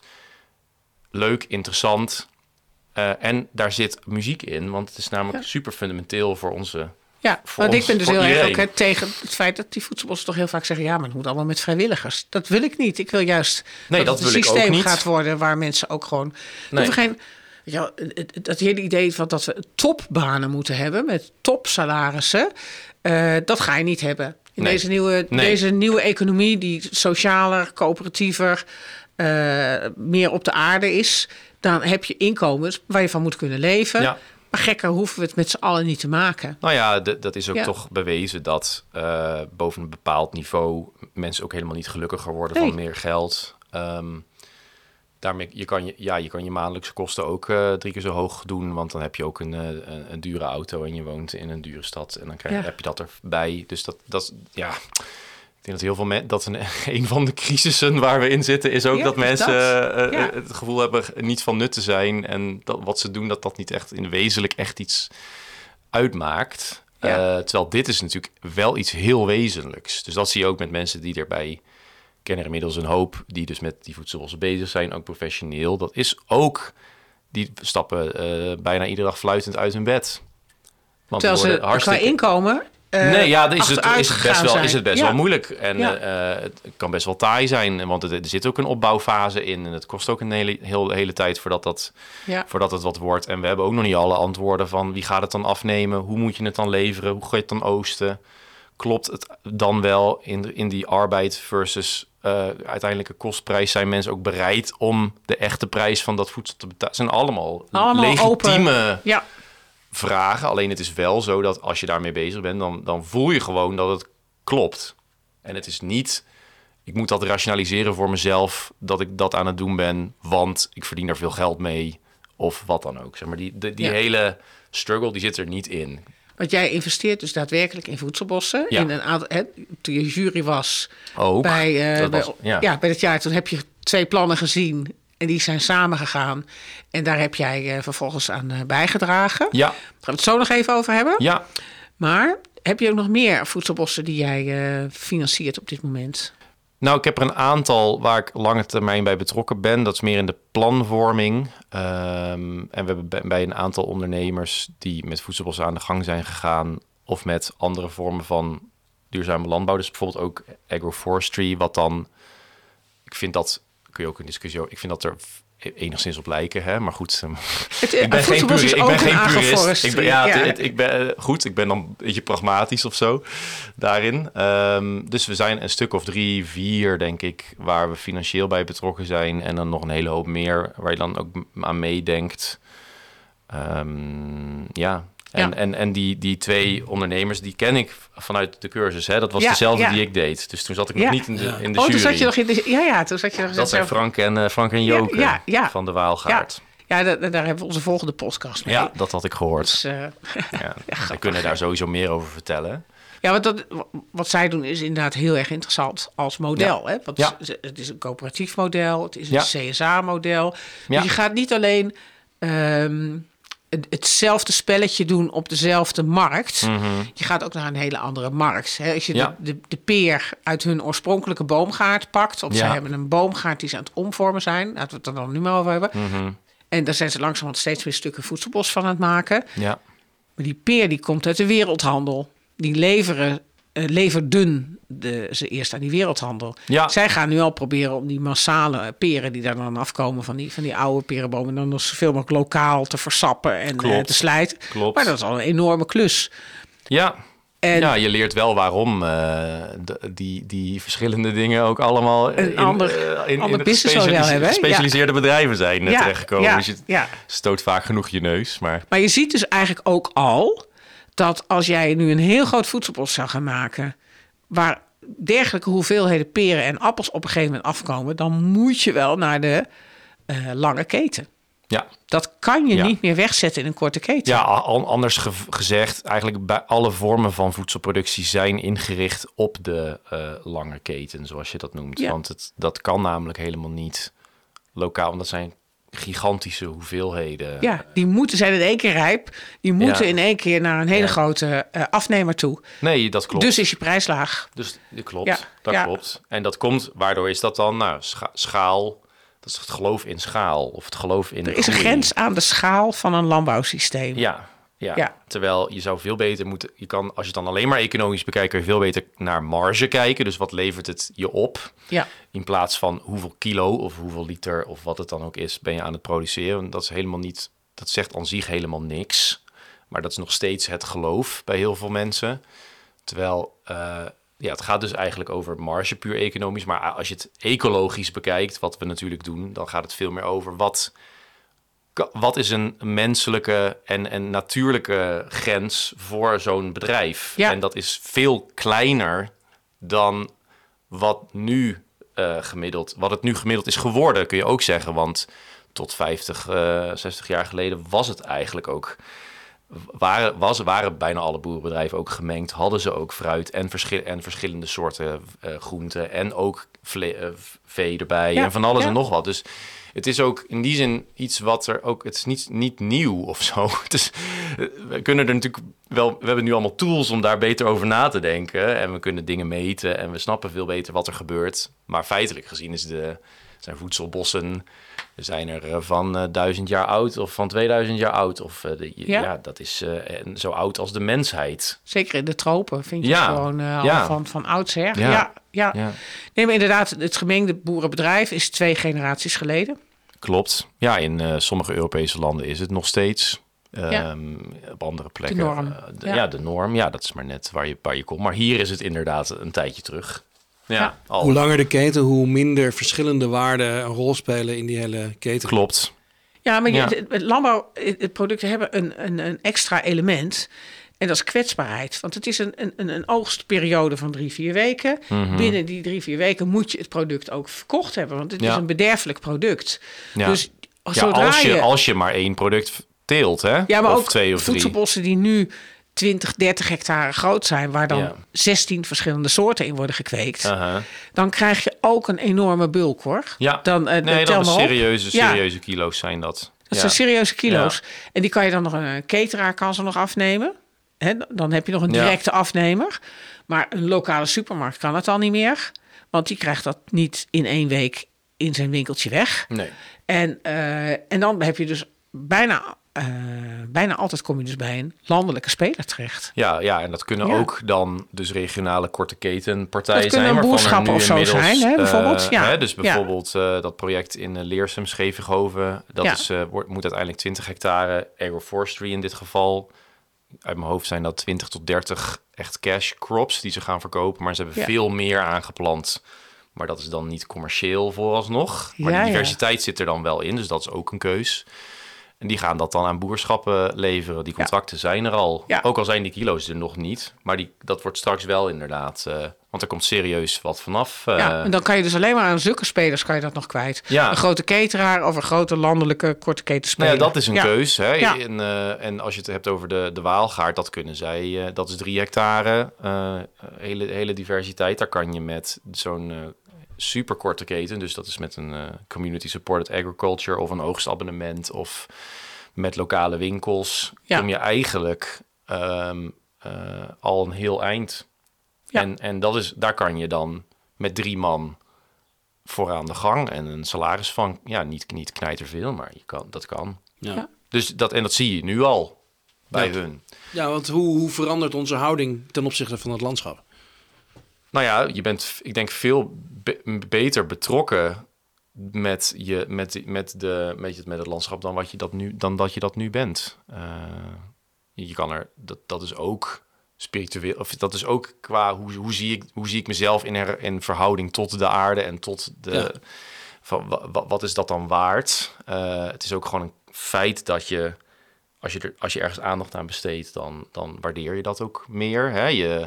leuk, interessant uh, en daar zit muziek in, want het is namelijk ja. super fundamenteel voor onze. Ja, want ik ben dus heel erg ook hè, tegen het feit dat die voedselbossen toch heel vaak zeggen, ja, maar het moet allemaal met vrijwilligers. Dat wil ik niet. Ik wil juist nee, dat, dat het een wil systeem ik ook gaat worden waar mensen ook gewoon. Nee. Dat, geen, ja, het, het hele idee van dat we topbanen moeten hebben met topsalarissen, uh, dat ga je niet hebben. In nee. deze, nieuwe, nee. deze nieuwe economie die socialer, coöperatiever, uh, meer op de aarde is, dan heb je inkomens waar je van moet kunnen leven. Ja. Maar gekker hoeven we het met z'n allen niet te maken. Nou ja, d- dat is ook ja. toch bewezen dat uh, boven een bepaald niveau mensen ook helemaal niet gelukkiger worden nee. van meer geld. Um, daarmee, je kan je, ja, je kan je maandelijkse kosten ook uh, drie keer zo hoog doen, want dan heb je ook een, een, een dure auto en je woont in een dure stad en dan krijg, ja. heb je dat erbij. Dus dat, dat ja. Ik denk dat heel veel mensen, dat een, een van de crisissen waar we in zitten, is ook ja, dat mensen dat. Uh, ja. het gevoel hebben niet van nut te zijn. En dat wat ze doen, dat dat niet echt in wezenlijk echt iets uitmaakt. Ja. Uh, terwijl dit is natuurlijk wel iets heel wezenlijks. Dus dat zie je ook met mensen die erbij kennen inmiddels een hoop, die dus met die voedselbossen bezig zijn, ook professioneel. Dat is ook, die stappen uh, bijna iedere dag fluitend uit hun bed. Want terwijl ze hartstikke... qua inkomen uh, nee, ja, is het, achteruit is het best gegaan wel, zijn. is het best Ja. wel moeilijk. En Ja. uh, het kan best wel taai zijn, want het, er zit ook een opbouwfase in. En het kost ook een hele, heel, hele tijd voordat, dat, Ja. voordat het wat wordt. En we hebben ook nog niet alle antwoorden van wie gaat het dan afnemen? Hoe moet je het dan leveren? Hoe ga je het dan oosten? Klopt het dan wel in, in die arbeid versus uh, uiteindelijke kostprijs? Zijn mensen ook bereid om de echte prijs van dat voedsel te betalen? Het zijn allemaal, Allemaal legitieme open. Ja. vragen. Alleen het is wel zo dat als je daarmee bezig bent, dan, dan voel je gewoon dat het klopt. En het is niet, ik moet dat rationaliseren voor mezelf, dat ik dat aan het doen ben, want ik verdien er veel geld mee of wat dan ook. Zeg maar, die die, die Ja. hele struggle, die zit er niet in. Want jij investeert dus daadwerkelijk in voedselbossen. Ja. In een aantal, hè, toen je jury was Ook. bij, uh, Dat bij, was- ja. ja, bij het jaar, toen heb je twee plannen gezien en die zijn samengegaan. En daar heb jij uh, vervolgens aan uh, bijgedragen. Ja, Daar gaan we het zo nog even over hebben. ja. Maar heb je ook nog meer voedselbossen die jij uh, financiert op dit moment? Nou, ik heb er een aantal waar ik lange termijn bij betrokken ben. Dat is meer in de planvorming. Um, en we hebben bij- bij een aantal ondernemers die met voedselbossen aan de gang zijn gegaan, of met andere vormen van duurzame landbouw. Dus bijvoorbeeld ook agroforestry, wat dan, ik vind dat, kun je ook een discussie over, ik vind dat er enigszins op lijken, hè? Maar goed, um, Het, ik ben geen, voedselbos is puri- ik ook ben geen een purist. agroforestry. Ik ben, ja, Ja. het- het- ik ben, uh, goed, ik ben dan een beetje pragmatisch of zo daarin. Um, dus we zijn een stuk of drie, vier, denk ik, waar we financieel bij betrokken zijn. En dan nog een hele hoop meer waar je dan ook m- aan meedenkt. Um, ja. En, Ja. en, en die, die twee ondernemers, die ken ik vanuit de cursus. Hè? Dat was Ja, dezelfde ja. die ik deed. Dus toen zat ik Ja. nog niet in de, in de Oh, jury. toen zat je nog in de... Ja, ja, toen zat je nog... Dat zijn Frank en, uh, Frank en Ja, Joke ja, ja. van de Waalgaard. Ja, da- da- daar hebben we onze volgende podcast mee. Ja, dat had ik gehoord. Dus, uh, Ja, we kunnen daar sowieso meer over vertellen. ja, want dat, wat zij doen is inderdaad heel erg interessant als model. Hè? Want Ja. ze- het is een coöperatief model, het is een Ja. C S A-model. Ja. Dus je gaat niet alleen ehm, het- hetzelfde spelletje doen op dezelfde markt. Je gaat ook naar een hele andere markt. Hè? Als je Ja. de, de, de peer uit hun oorspronkelijke boomgaard pakt, of Ja. ze hebben een boomgaard die ze aan het omvormen zijn, laten we het er dan nu maar over hebben. Mhm. En daar zijn ze langzamerhand steeds meer stukken voedselbos van aan het maken. Ja, Maar die peer die komt uit de wereldhandel. Die leveren, eh, leverden de, ze eerst aan die wereldhandel. Ja. Zij gaan nu al proberen om die massale peren die daar dan afkomen van die, van die oude perenbomen, dan nog zoveel mogelijk lokaal te versappen en eh, Klopt. te slijten. Klopt. Maar dat is al een enorme klus. ja. En ja, je leert wel waarom uh, de, die, die verschillende dingen ook allemaal Een in, ander- uh, in, ander in businessmodel hebben, hè? gespecialiseerde bedrijven zijn uh, Ja, terechtgekomen. ja, Dus je ja. stoot vaak genoeg je neus. Maar Maar je ziet dus eigenlijk ook al dat als jij nu een heel groot voedselbos zou gaan maken, waar dergelijke hoeveelheden peren en appels op een gegeven moment afkomen, dan moet je wel naar de uh, lange keten. ja, Dat kan je Ja. niet meer wegzetten in een korte keten. ja al, anders ge- gezegd, eigenlijk bij alle vormen van voedselproductie zijn ingericht op de uh, lange keten, zoals je dat noemt. Ja. Want het, dat kan namelijk helemaal niet lokaal, want dat zijn gigantische hoeveelheden. Ja, die moeten zijn in één keer rijp. Die moeten Ja. in één keer naar een hele Ja. grote uh, afnemer toe. Nee, dat klopt. Dus is je prijs laag. Dus dat klopt, Ja, dat ja. klopt. En dat komt, waardoor is dat dan? Nou, scha- schaal, dat is het geloof in schaal of het geloof in Er is een groei. grens aan de schaal van een landbouwsysteem. Ja, ja. Ja. Terwijl je zou veel beter moeten, je kan, als je het dan alleen maar economisch bekijkt, kun je veel beter naar marge kijken. Dus wat levert het je op? Ja. In plaats van hoeveel kilo of hoeveel liter of wat het dan ook is, ben je aan het produceren. Want dat is helemaal niet, dat zegt aan zich helemaal niks. Maar dat is nog steeds het geloof bij heel veel mensen. Terwijl, uh, ja, het gaat dus eigenlijk over marge, puur economisch. Maar als je het ecologisch bekijkt, wat we natuurlijk doen, dan gaat het veel meer over wat, wat is een menselijke en, en natuurlijke grens voor zo'n bedrijf. Ja. En dat is veel kleiner dan wat nu uh, gemiddeld, wat het nu gemiddeld is geworden, kun je ook zeggen. Want tot vijftig, uh, zestig jaar geleden was het eigenlijk ook, waren, was, waren bijna alle boerenbedrijven ook gemengd. Hadden ze ook fruit en, verschil, en verschillende soorten uh, groenten en ook vle, uh, vee erbij Ja, en van alles ja. en nog wat. Dus het is ook in die zin iets wat er ook, het is niet, niet nieuw of zo. Het is, we kunnen er natuurlijk wel, we hebben nu allemaal tools om daar beter over na te denken. En we kunnen dingen meten en we snappen veel beter wat er gebeurt. Maar feitelijk gezien is de, zijn voedselbossen Er zijn er uh, van uh, duizend jaar oud of van tweeduizend jaar oud. Of uh, de, ja. ja, dat is uh, zo oud als de mensheid. Zeker in de tropen vind je ja. het gewoon uh, ja. al van, van oudsher. Ja. Ja, ja. ja. Nee, maar inderdaad, het gemengde boerenbedrijf is twee generaties geleden. Klopt. Ja, in uh, sommige Europese landen is het nog steeds. Uh, ja. Op andere plekken. De norm. Uh, de, ja. ja, de norm. Ja, dat is maar net waar je, waar je komt. Maar hier is het inderdaad een tijdje terug. Ja, ja. al. Hoe langer de keten, hoe minder verschillende waarden een rol spelen in die hele keten. Klopt. Ja, maar ja. Je, het landbouwproducten hebben een, een, een extra element. En dat is kwetsbaarheid. Want het is een, een, een oogstperiode van drie, vier weken. Mm-hmm. Binnen die drie, vier weken moet je het product ook verkocht hebben. Want het ja. is een bederfelijk product. Ja. Dus ja, zodra als je, je... Als je maar één product teelt, hè? Ja, maar of ook twee of voedselbossen die nu twintig, dertig hectare groot zijn... waar dan ja. zestien verschillende soorten in worden gekweekt... Uh-huh. dan krijg je ook een enorme bulk, hoor. Ja, dan, uh, nee, dat is serieuze, serieuze ja. kilo's zijn dat. Dat ja. zijn serieuze kilo's. Ja. En die kan je dan nog... een cateraar kan ze nog afnemen. He, dan heb je nog een directe ja. afnemer. Maar een lokale supermarkt kan het al niet meer. Want die krijgt dat niet in één week in zijn winkeltje weg. Nee. En, uh, en dan heb je dus bijna... Uh, bijna altijd kom je dus bij een landelijke speler terecht. Ja, ja, en dat kunnen ja. ook dan dus regionale korte ketenpartijen dat zijn. Dat kunnen boerschappen of zo zijn, hè, bijvoorbeeld. Uh, ja. hè, dus bijvoorbeeld ja. uh, dat project in uh, Leersum, Scheveningshoven. Dat ja. is, uh, wordt, moet uiteindelijk twintig hectare agroforestry in dit geval. Uit mijn hoofd zijn dat twintig tot dertig echt cash crops die ze gaan verkopen. Maar ze hebben ja. veel meer aangeplant. Maar dat is dan niet commercieel vooralsnog. Maar ja, de diversiteit ja. zit er dan wel in, dus dat is ook een keus. En die gaan dat dan aan boerschappen leveren. Die contracten ja. zijn er al. Ja. Ook al zijn die kilo's er nog niet. Maar die, dat wordt straks wel inderdaad. Uh, want er komt serieus wat vanaf. Uh, ja, en dan kan je dus alleen maar aan zulke spelers kan je dat nog kwijt. Ja. Een grote cateraar of een grote landelijke korte ketenspeler. Nou ja, dat is een ja. keus. Hè? Ja. En, uh, en als je het hebt over de, de Waalgaard, dat kunnen zij. Uh, dat is drie hectare. Uh, hele, hele diversiteit. Daar kan je met zo'n... Uh, superkorte keten, dus dat is met een uh, community supported agriculture of een oogstabonnement of met lokale winkels, ja. kom je eigenlijk um, uh, al een heel eind. Ja. En, en dat is, daar kan je dan met drie man voor aan de gang en een salaris van, ja, niet, niet knijterveel, maar je kan, dat kan. Ja. Ja. Dus dat, en dat zie je nu al bij ja. hun. Ja, want hoe, hoe verandert onze houding ten opzichte van het landschap? Nou ja, je bent, ik denk, veel be- beter betrokken met, je, met, met, de, met, het, met het landschap dan, wat je dat nu, dan dat je dat nu bent. Uh, je kan er, dat, dat is ook spiritueel, of dat is ook qua hoe, hoe, zie, ik, hoe zie ik mezelf in, her, in verhouding tot de aarde en tot de. Ja. Van, wat, wat is dat dan waard? Uh, het is ook gewoon een feit dat je, als je, er, als je ergens aandacht aan besteedt, dan, dan waardeer je dat ook meer. Hè? Je.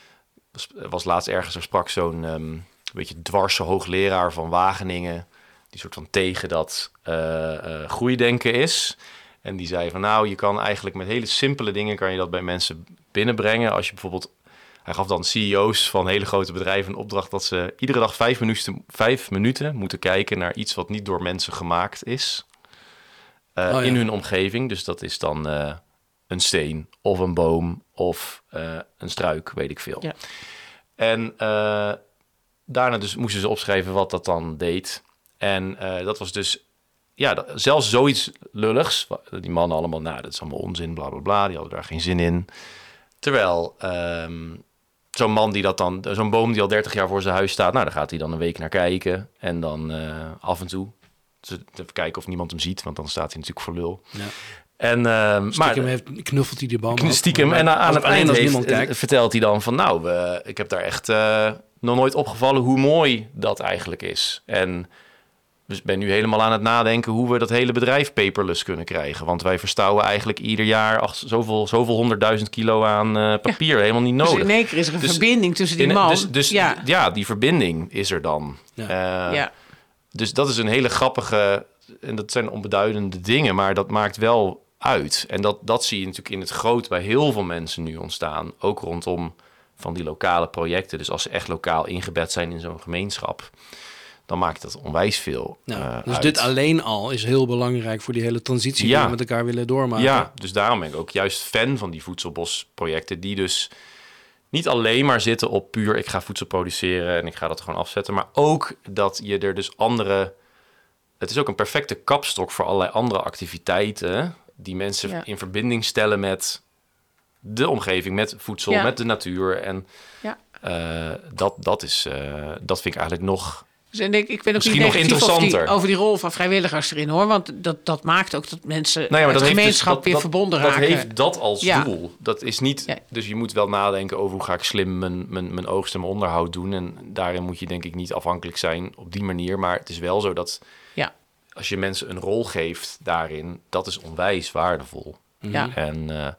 Er was laatst ergens, er sprak zo'n um, beetje dwarse hoogleraar van Wageningen, die soort van tegen dat uh, uh, groeidenken is. En die zei van nou, je kan eigenlijk met hele simpele dingen kan je dat bij mensen binnenbrengen. Als je bijvoorbeeld, hij gaf dan C E O's van hele grote bedrijven een opdracht dat ze iedere dag vijf minuten, vijf minuten moeten kijken naar iets wat niet door mensen gemaakt is. Uh, oh, ja. In hun omgeving. Dus dat is dan uh, een steen of een boom of uh, een struik, weet ik veel. Ja. En uh, daarna dus moesten ze opschrijven wat dat dan deed. En uh, dat was dus, ja, dat, zelfs zoiets lulligs. Die mannen allemaal, nou, dat is allemaal onzin, bla, bla, bla. Die hadden daar geen zin in. Terwijl um, zo'n man die dat dan, zo'n boom die al dertig jaar voor zijn huis staat, nou, daar gaat hij dan een week naar kijken. En dan uh, af en toe, dus even kijken of niemand hem ziet, want dan staat hij natuurlijk voor lul. Ja. En, uh, stiekem maar, heeft, knuffelt hij de boom. Stiekem. En aan het eind heeft, vertelt hij dan van, nou, uh, ik heb daar echt uh, nog nooit opgevallen hoe mooi dat eigenlijk is. En dus ben nu helemaal aan het nadenken hoe we dat hele bedrijf paperless kunnen krijgen. Want wij verstouwen eigenlijk ieder jaar ach, zoveel, zoveel honderdduizend kilo aan uh, papier. Ja. Helemaal niet nodig. Dus in één keer is er een dus, verbinding tussen die in, man. Dus, dus ja. ja, die verbinding is er dan. Ja. Uh, ja. Dus dat is een hele grappige, en dat zijn onbeduidende dingen, maar dat maakt wel uit. En dat, dat zie je natuurlijk in het groot bij heel veel mensen nu ontstaan. Ook rondom van die lokale projecten. Dus als ze echt lokaal ingebed zijn in zo'n gemeenschap, dan maakt dat onwijs veel nou, uh, Dus uit. dit alleen al is heel belangrijk voor die hele transitie ja. die we met elkaar willen doormaken. Ja, dus daarom ben ik ook juist fan van die voedselbosprojecten, die dus niet alleen maar zitten op puur ik ga voedsel produceren en ik ga dat gewoon afzetten, maar ook dat je er dus andere het is ook een perfecte kapstok voor allerlei andere activiteiten die mensen Ja. in verbinding stellen met de omgeving, met voedsel, Ja. met de natuur. En Ja. uh, dat, dat, is, uh, dat vind ik eigenlijk nog... Dus en ik, ik ben ook Misschien niet nog negatief over die, interessanter. over die rol van vrijwilligers erin, hoor. Want dat, dat maakt ook dat mensen Nou ja, maar het dat heeft gemeenschap dus, dat, weer dat, verbonden dat raken. heeft dat als Ja. doel. Dat is niet... Ja. Dus je moet wel nadenken over hoe ga ik slim mijn, mijn, mijn oogst en mijn onderhoud doen. En daarin moet je denk ik niet afhankelijk zijn op die manier. Maar het is wel zo dat Ja. als je mensen een rol geeft daarin, dat is onwijs waardevol. Ja. En uh,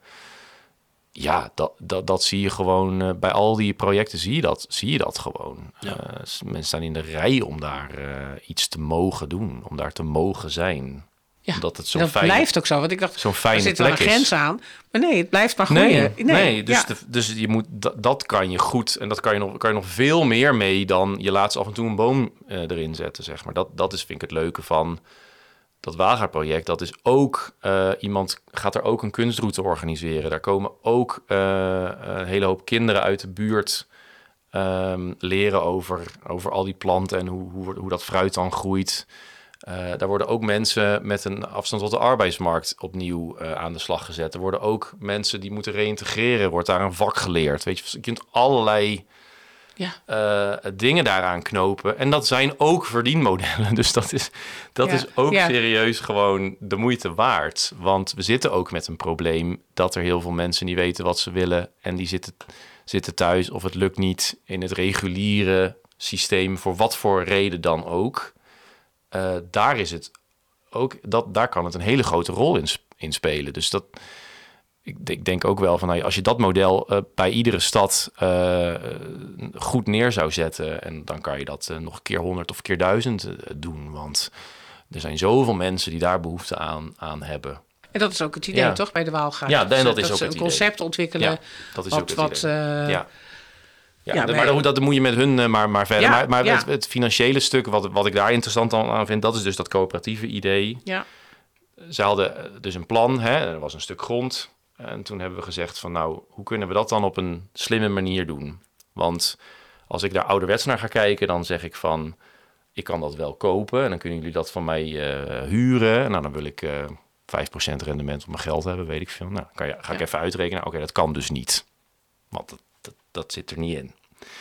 ja, dat, dat, dat zie je gewoon uh, bij al die projecten zie je dat, zie je dat gewoon. Ja. Uh, mensen staan in de rij om daar uh, iets te mogen doen, om daar te mogen zijn. Ja, Omdat het zo'n dat fijne, blijft ook zo. Want ik dacht, zo'n fijne er zit wel een plek is. grens aan. Maar nee, het blijft maar groeien. Nee, nee, nee. dus, ja. de, dus je moet, dat, dat kan je goed. En dat kan je, nog, kan je nog veel meer mee dan je laat ze af en toe een boom uh, erin zetten, zeg maar. Dat, dat is, vind ik, het leuke van dat Waga-project. Dat is ook, uh, iemand gaat er ook een kunstroute organiseren. Daar komen ook uh, een hele hoop kinderen uit de buurt um, leren over, over al die planten en hoe, hoe, hoe dat fruit dan groeit. Uh, daar worden ook mensen met een afstand tot de arbeidsmarkt opnieuw uh, aan de slag gezet. Er worden ook mensen die moeten reïntegreren, wordt daar een vak geleerd. Weet je, je kunt allerlei Ja. uh, dingen daaraan knopen. En dat zijn ook verdienmodellen. Dus dat is, dat Ja. is ook Ja. serieus gewoon de moeite waard. Want we zitten ook met een probleem dat er heel veel mensen niet weten wat ze willen. En die zitten, zitten thuis of het lukt niet in het reguliere systeem voor wat voor reden dan ook. Uh, daar is het ook, dat, daar kan het een hele grote rol in, in spelen. Dus dat, ik, ik denk ook wel van, nou, als je dat model uh, bij iedere stad uh, goed neer zou zetten, en dan kan je dat uh, nog een keer honderd of een keer duizend uh, doen. Want er zijn zoveel mensen die daar behoefte aan, aan hebben. En dat is ook het idee, Ja. toch, bij de Waalgaard? Ja, en dat is dat ook ze het een idee. concept ontwikkelen. Ja, dat is wat, ook het wat, idee. uh, ja. Ja, Ja, de, maar- maar dat, dat moet je met hun uh, maar, maar verder. Ja, maar maar ja. het, het financiële stuk, wat, wat ik daar interessant aan aan vind, dat is dus dat coöperatieve idee. Ja. Ze hadden dus een plan, hè, er was een stuk grond. En toen hebben we gezegd van, nou, hoe kunnen we dat dan op een slimme manier doen? Want als ik daar ouderwets naar ga kijken, dan zeg ik van, ik kan dat wel kopen en dan kunnen jullie dat van mij uh, huren. Nou, dan wil ik uh, vijf procent rendement op mijn geld hebben, weet ik veel. Nou, kan je, ga ik Ja. even uitrekenen. Oké, okay, dat kan dus niet. Want dat, dat, dat zit er niet in.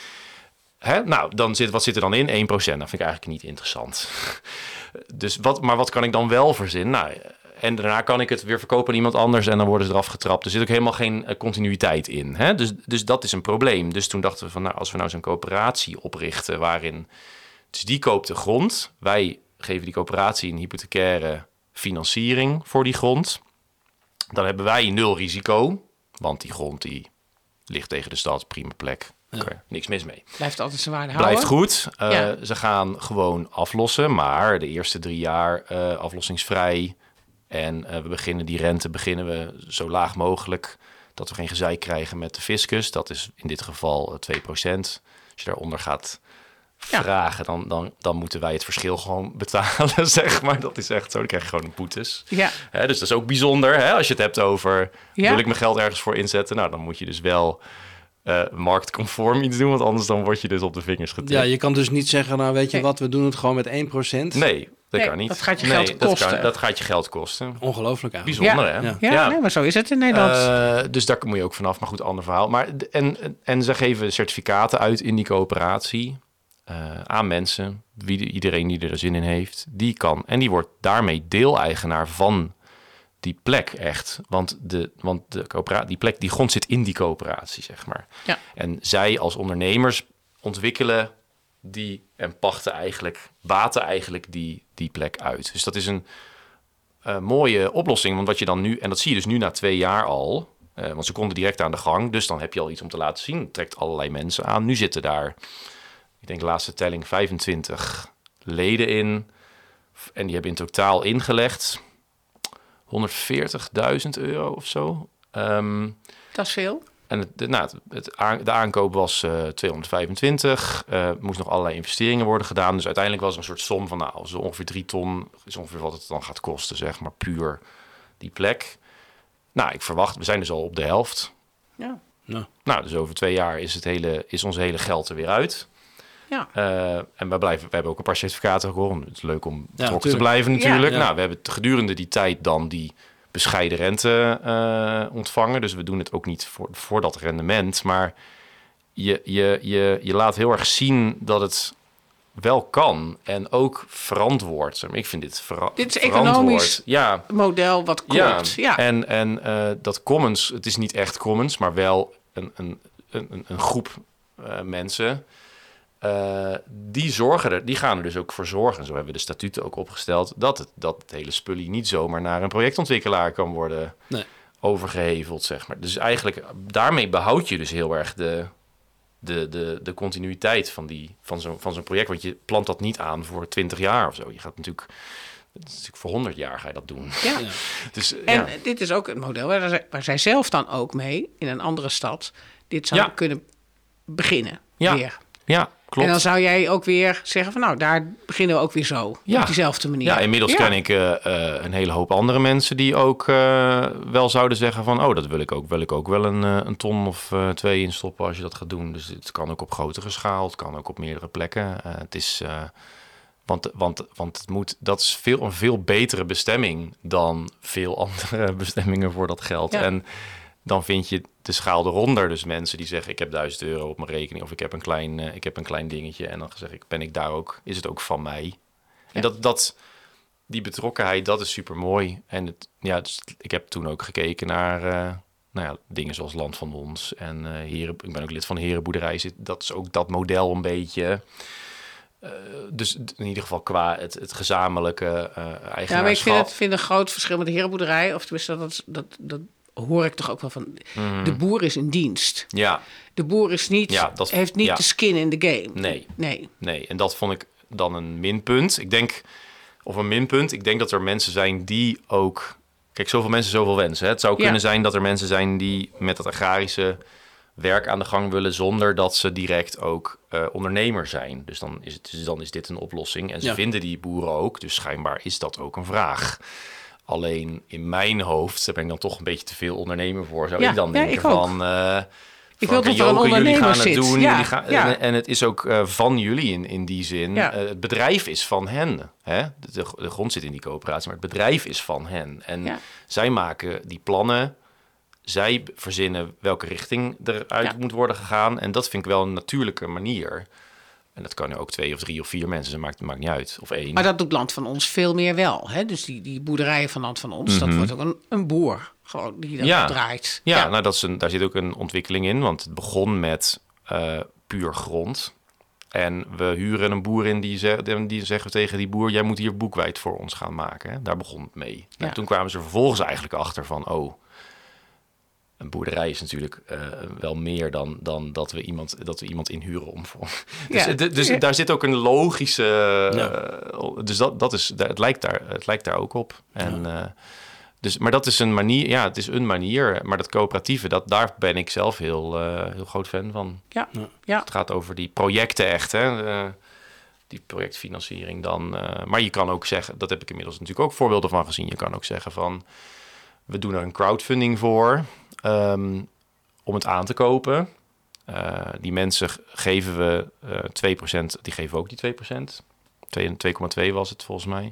Hè? Nou, dan zit, wat zit er dan in? één procent. Dat vind ik eigenlijk niet interessant. Dus wat, maar wat kan ik dan wel verzinnen? Nou, en daarna kan ik het weer verkopen aan iemand anders en dan worden ze eraf getrapt. Er zit ook helemaal geen uh, continuïteit in. Hè? Dus, dus dat is een probleem. Dus toen dachten we van, nou, als we nou zo'n coöperatie oprichten waarin, dus die koopt de grond. Wij geven die coöperatie een hypothecaire financiering voor die grond. Dan hebben wij nul risico, want die grond die ligt tegen de stad, prima plek. Ja. Okay, niks mis mee. Blijft altijd zijn waarde Blijft houden. goed. Uh, Ja. Ze gaan gewoon aflossen, maar de eerste drie jaar uh, aflossingsvrij. En uh, we beginnen die rente beginnen we zo laag mogelijk, dat we geen gezeik krijgen met de fiscus. Dat is in dit geval uh, twee procent. Als je daaronder gaat Ja. vragen, dan, dan, dan moeten wij het verschil gewoon betalen, zeg maar. Dat is echt zo. Dan krijg je gewoon een boetes. Ja. Hè, dus dat is ook bijzonder. Hè? Als je het hebt over, Ja. wil ik mijn geld ergens voor inzetten? Nou, dan moet je dus wel uh, marktconform iets doen, want anders dan word je dus op de vingers getikt. Ja, je kan dus niet zeggen, nou weet je Nee. wat, we doen het gewoon met één procent. Nee, dat Nee, kan niet. dat gaat je nee, geld dat kosten. Kan, dat gaat je geld kosten. Ongelooflijk eigenlijk. Bijzonder, Ja. hè? Ja, Nee, maar zo is het in Nederland. Uh, dus daar moet je ook vanaf. Maar goed, ander verhaal. Maar, d- en, en ze geven certificaten uit in die coöperatie uh, aan mensen. Wie, de- iedereen die er zin in heeft, die kan. En die wordt daarmee deeleigenaar van die plek echt. Want, de, want de coöpera- die plek, die grond zit in die coöperatie, zeg maar. Ja. En zij als ondernemers ontwikkelen die en pachten eigenlijk, baten eigenlijk die, die plek uit. Dus dat is een uh, mooie oplossing. Want wat je dan nu, en dat zie je dus nu na twee jaar al, uh, want ze konden direct aan de gang, dus dan heb je al iets om te laten zien. Het trekt allerlei mensen aan. Nu zitten daar, ik denk de laatste telling, vijfentwintig leden in. En die hebben in totaal ingelegd honderdveertigduizend euro of zo. Um, Dat is veel. En het, de, nou, het, het aan, de aankoop was uh, tweehonderdvijfentwintig. Er uh, moest nog allerlei investeringen worden gedaan. Dus uiteindelijk was er een soort som van, nou, zo ongeveer drie ton is ongeveer wat het dan gaat kosten, zeg maar, puur die plek. Nou, ik verwacht, we zijn dus al op de helft. Ja. Nou, Nou, dus over twee jaar is, het hele, is ons hele geld er weer uit. Ja. Uh, en we, blijven, we hebben ook een paar certificaten gehoord. Het is leuk om betrokken ja, te blijven natuurlijk. Ja, ja. Nou, we hebben gedurende die tijd dan die bescheiden rente uh, ontvangen. Dus we doen het ook niet voor, voor dat rendement. Maar je, je, je, je laat heel erg zien dat het wel kan. En ook verantwoord. Ik vind dit vera- Dit is verantwoord. economisch ja. model wat klopt. Ja. Ja. En, en uh, dat commons, het is niet echt commons, maar wel een, een, een, een groep uh, mensen... Uh, die zorgen er, die gaan er dus ook voor zorgen. Zo hebben we de statuten ook opgesteld dat het, dat het hele spullie niet zomaar naar een projectontwikkelaar kan worden nee. overgeheveld, zeg maar. Dus eigenlijk daarmee behoud je dus heel erg de, de, de, de continuïteit van, die, van, zo, van zo'n project. Want je plant dat niet aan voor twintig jaar of zo. Je gaat natuurlijk, dat is natuurlijk voor honderd jaar ga je dat doen. Ja. Ja. Dus, en ja. dit is ook een model waar zij, waar zij zelf dan ook mee in een andere stad dit zou Ja. kunnen beginnen. Ja. Weer. Ja, klopt. En dan zou jij ook weer zeggen van nou, daar beginnen we ook weer zo. Ja. Op diezelfde manier. Ja, inmiddels ja. ken ik uh, uh, een hele hoop andere mensen die ook uh, wel zouden zeggen van oh, dat wil ik ook. Wil ik ook wel een, uh, een ton of uh, twee instoppen als je dat gaat doen. Dus het kan ook op grotere schaal. Het kan ook op meerdere plekken. Uh, het is, uh, want, want, want het moet, dat is veel, een veel betere bestemming dan veel andere bestemmingen voor dat geld. Ja. En dan vind je de schaal eronder. Dus mensen die zeggen, ik heb duizend euro op mijn rekening of ik heb een klein, uh, ik heb een klein dingetje. En dan zeg ik, ben ik daar ook, is het ook van mij? Ja. En dat, dat, die betrokkenheid, dat is super mooi. En het, ja, dus ik heb toen ook gekeken naar uh, nou ja, dingen zoals Land van Ons. En uh, heren, ik ben ook lid van de Herenboerderij. Dat is ook dat model een beetje. Uh, dus in ieder geval qua het, het gezamenlijke uh, eigenaarschap. Ja, maar ik vind het vind een groot verschil met de Herenboerderij. Of tenminste, dat, dat, dat hoor ik toch ook wel van. Mm. De boer is in dienst. Ja. De boer is niet, ja, dat, heeft niet ja. de skin in the game. Nee. nee. Nee, en dat vond ik dan een minpunt. Ik denk, of een minpunt, ik denk dat er mensen zijn die ook... Kijk, zoveel mensen, zoveel wensen. Hè? Het zou kunnen ja. zijn dat er mensen zijn die met dat agrarische werk aan de gang willen zonder dat ze direct ook uh, ondernemer zijn. Dus dan is, het, dus dan is dit een oplossing. En ze ja. vinden die boeren ook, dus schijnbaar is dat ook een vraag. Alleen in mijn hoofd, daar ben ik dan toch een beetje te veel ondernemer voor. Zou ja, ik dan ja, denken ik van... Uh, ik wil dat er een ondernemer gaan zit. Het doen, ja, jullie gaan, ja. en, en het is ook uh, van jullie in, in die zin. Ja. Uh, het bedrijf is van hen. Hè? De, de, de grond zit in die coöperatie, maar het bedrijf is van hen. En ja. zij maken die plannen. Zij verzinnen welke richting eruit ja. moet worden gegaan. En dat vind ik wel een natuurlijke manier. En dat kan ook twee of drie of vier mensen zijn, maakt, maakt niet uit. Of één. Maar dat doet Land van Ons veel meer wel. Hè? Dus die, die boerderijen van Land van Ons, mm-hmm. dat wordt ook een, een boer gewoon die dat ja. draait. Ja, ja. Nou, dat is een, daar zit ook een ontwikkeling in. Want het begon met uh, puur grond. En we huren een boer in die, ze, die zeggen tegen die boer... jij moet hier boekwijd voor ons gaan maken. Hè? Daar begon het mee. Ja. En toen kwamen ze vervolgens eigenlijk achter van... oh, een boerderij is natuurlijk uh, wel meer dan, dan dat, we iemand, dat we iemand inhuren om voor. Dus, ja. dus, dus ja. daar zit ook een logische. Ja. Uh, dus dat, dat is, het lijkt daar, het lijkt daar ook op. En, ja. uh, dus, maar dat is een manier. Ja, het is een manier. Maar dat coöperatieve, dat, daar ben ik zelf heel, uh, heel groot fan van. Ja. Ja. Het gaat over die projecten echt, hè. Uh, die projectfinanciering dan. Uh, maar je kan ook zeggen, dat heb ik inmiddels natuurlijk ook voorbeelden van gezien. Je kan ook zeggen van, we doen er een crowdfunding voor. Um, om het aan te kopen. Uh, die mensen geven we uh, twee procent. Die geven ook die twee procent. twee komma twee was het volgens mij.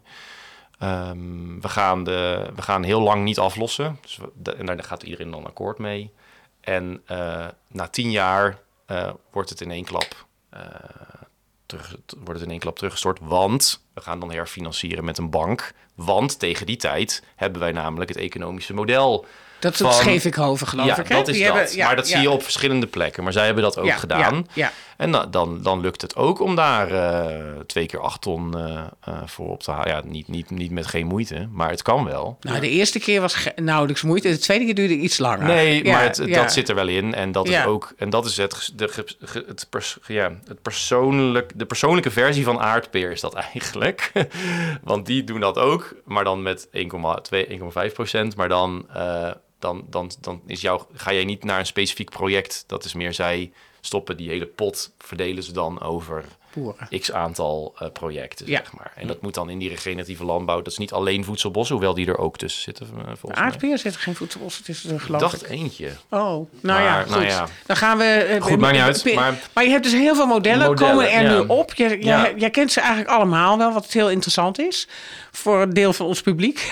Um, we, gaan de, we gaan heel lang niet aflossen. Dus we, de, en daar gaat iedereen dan akkoord mee. En uh, na tien jaar uh, wordt het in één klap... Uh, terug, wordt het in één klap teruggestort. Want we gaan dan herfinancieren met een bank. Want tegen die tijd hebben wij namelijk het economische model... Dat is het Schevikhoven, geloof ja, ik. Hè? Dat is Die dat. Hebben, ja, maar dat ja. zie je op verschillende plekken. Maar zij hebben dat ook ja, gedaan. Ja, ja. En da, dan, dan lukt het ook om daar uh, twee keer acht ton uh, uh, voor op te halen. Ja, niet, niet, niet met geen moeite, maar het kan wel. Nou, de eerste keer was ge- nauwelijks moeite. De tweede keer duurde iets langer. Nee, ja, maar het, ja. dat zit er wel in. En dat ja. is ook. En dat is het, de, het, pers, ja, het persoonlijk, de persoonlijke versie van aardpeer is dat eigenlijk. Want die doen dat ook, maar dan met één komma twee, één komma vijf procent. Maar dan. Uh, Dan, dan, dan is jouw, ga jij niet naar een specifiek project. Dat is meer zij stoppen die hele pot, verdelen ze dan over Boeren. x aantal uh, projecten, Ja. zeg maar. En dat moet dan in die regeneratieve landbouw, dat is niet alleen voedselbossen, hoewel die er ook tussen zitten, uh, volgens mij. Aardbeer zit er geen voedselbos, het is er Ik geloof dacht ik. eentje. Oh, nou Maar, ja, goed. nou ja. Dan gaan we... uh, Goed, maakt niet uit, pe- maar- maar je hebt dus heel veel modellen, Modellen, komen er ja. nu op. Je, je, Ja. Jij kent ze eigenlijk allemaal wel, wat heel interessant is. Voor een deel van ons publiek.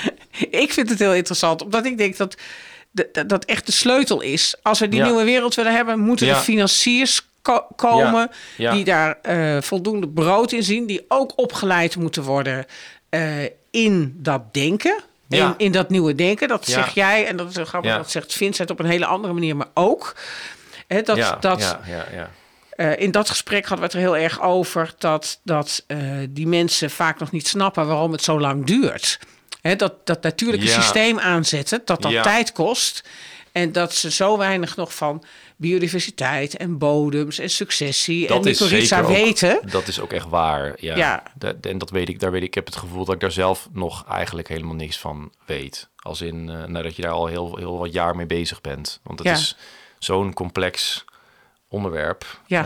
Ik vind het heel interessant, omdat ik denk dat... Dat, dat echt de sleutel is. Als we die Ja. nieuwe wereld willen hebben, moeten Ja. er financiers ko- komen Ja. Ja. die daar uh, voldoende brood in zien, die ook opgeleid moeten worden uh, in dat denken. Ja. In, in dat nieuwe denken. Dat Ja. zeg jij en dat is grappig. Ja. Dat zegt Vincent op een hele andere manier, maar ook. Hè, dat, ja, dat, ja, ja, ja. Uh, in dat gesprek hadden we het er heel erg over dat, dat uh, die mensen vaak nog niet snappen waarom het zo lang duurt. Hè, dat, dat natuurlijke Ja. systeem aanzetten, dat dat Ja. tijd kost. En dat ze zo weinig nog van biodiversiteit en bodems en successie Dat en is mycorrhiza zeker ook- weten. Dat is ook echt waar. Ja. Ja. Da- en dat weet ik. Daar weet ik. Ik heb het gevoel dat ik daar zelf nog eigenlijk helemaal niks van weet. Als in uh, nadat je daar al heel, heel wat jaar mee bezig bent. Want het Ja. is zo'n complex onderwerp. Ja.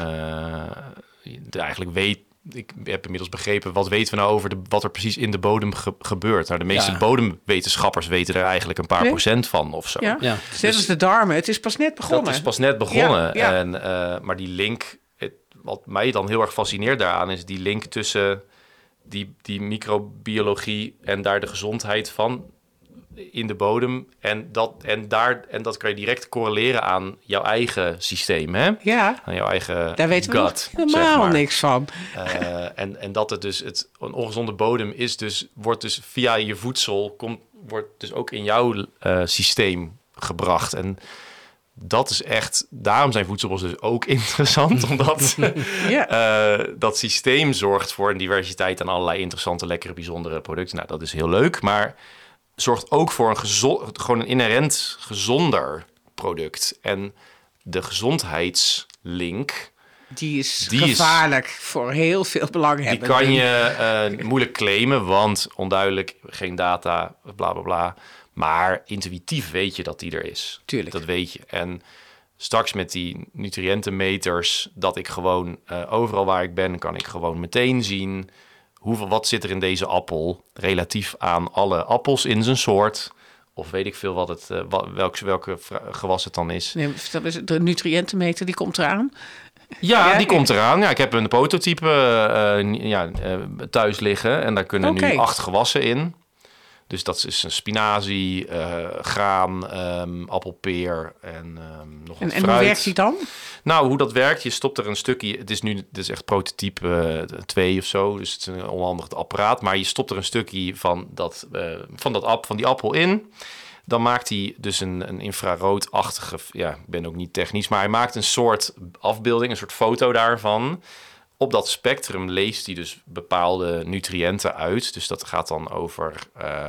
Uh, de, eigenlijk weet. Ik heb inmiddels begrepen, wat weten we nou over de, wat er precies in de bodem ge- gebeurt. Nou, de meeste Ja. bodemwetenschappers weten er eigenlijk een paar Nee. procent van of zo. Ja. Ja. Het is net als de darmen. Het is pas net begonnen. Dat is pas net begonnen. Ja, ja. En, uh, maar die link, het, wat mij dan heel erg fascineert daaraan, is die link tussen die, die microbiologie en daar de gezondheid van in de bodem. En dat, en, daar, en dat kan je direct correleren aan jouw eigen systeem, hè? Ja, Aan jouw eigen daar weten we gut, nog helemaal zeg maar. niks van. Uh, en, en dat het dus het, een ongezonde bodem is dus, wordt dus via je voedsel, komt, wordt dus ook in jouw uh, systeem gebracht. En dat is echt, daarom zijn voedselbossen dus ook interessant, omdat Ja. uh, dat systeem zorgt voor een diversiteit aan allerlei interessante, lekkere, bijzondere producten. Nou, dat is heel leuk, maar zorgt ook voor een gezond, gewoon een inherent gezonder product. En de gezondheidslink, Die is Die is- gevaarlijk voor heel veel belanghebbenden. die kan je uh, moeilijk claimen, want onduidelijk, geen data, bla bla bla. Maar intuïtief weet je dat die er is. Tuurlijk. Dat weet je. En straks met die nutriëntenmeters, dat ik gewoon uh, overal waar ik ben, kan ik gewoon meteen zien hoeveel, wat zit er in deze appel relatief aan alle appels in zijn soort. Of weet ik veel wat het, uh, wat, welk, welke vra- gewas het dan is. Nee, vertel eens, de nutriëntenmeter die komt eraan. Ja, Ja, die ik- komt eraan. Ja, ik heb een prototype uh, ja, uh, thuis liggen. En daar kunnen Oké. nu acht gewassen in. Dus dat is een spinazie, uh, graan, um, appelpeer en um, nog En, wat en hoe fruit. werkt die dan? Nou, hoe dat werkt, je stopt er een stukje... Het is nu het is echt prototype twee of zo, dus het is een onhandig apparaat. Maar je stopt er een stukje van, dat, uh, van, dat app, van die appel in. Dan maakt hij dus een, een infraroodachtige... Ja, ik ben ook niet technisch, maar hij maakt een soort afbeelding, een soort foto daarvan. Op dat spectrum leest hij dus bepaalde nutriënten uit. Dus dat gaat dan over... Uh,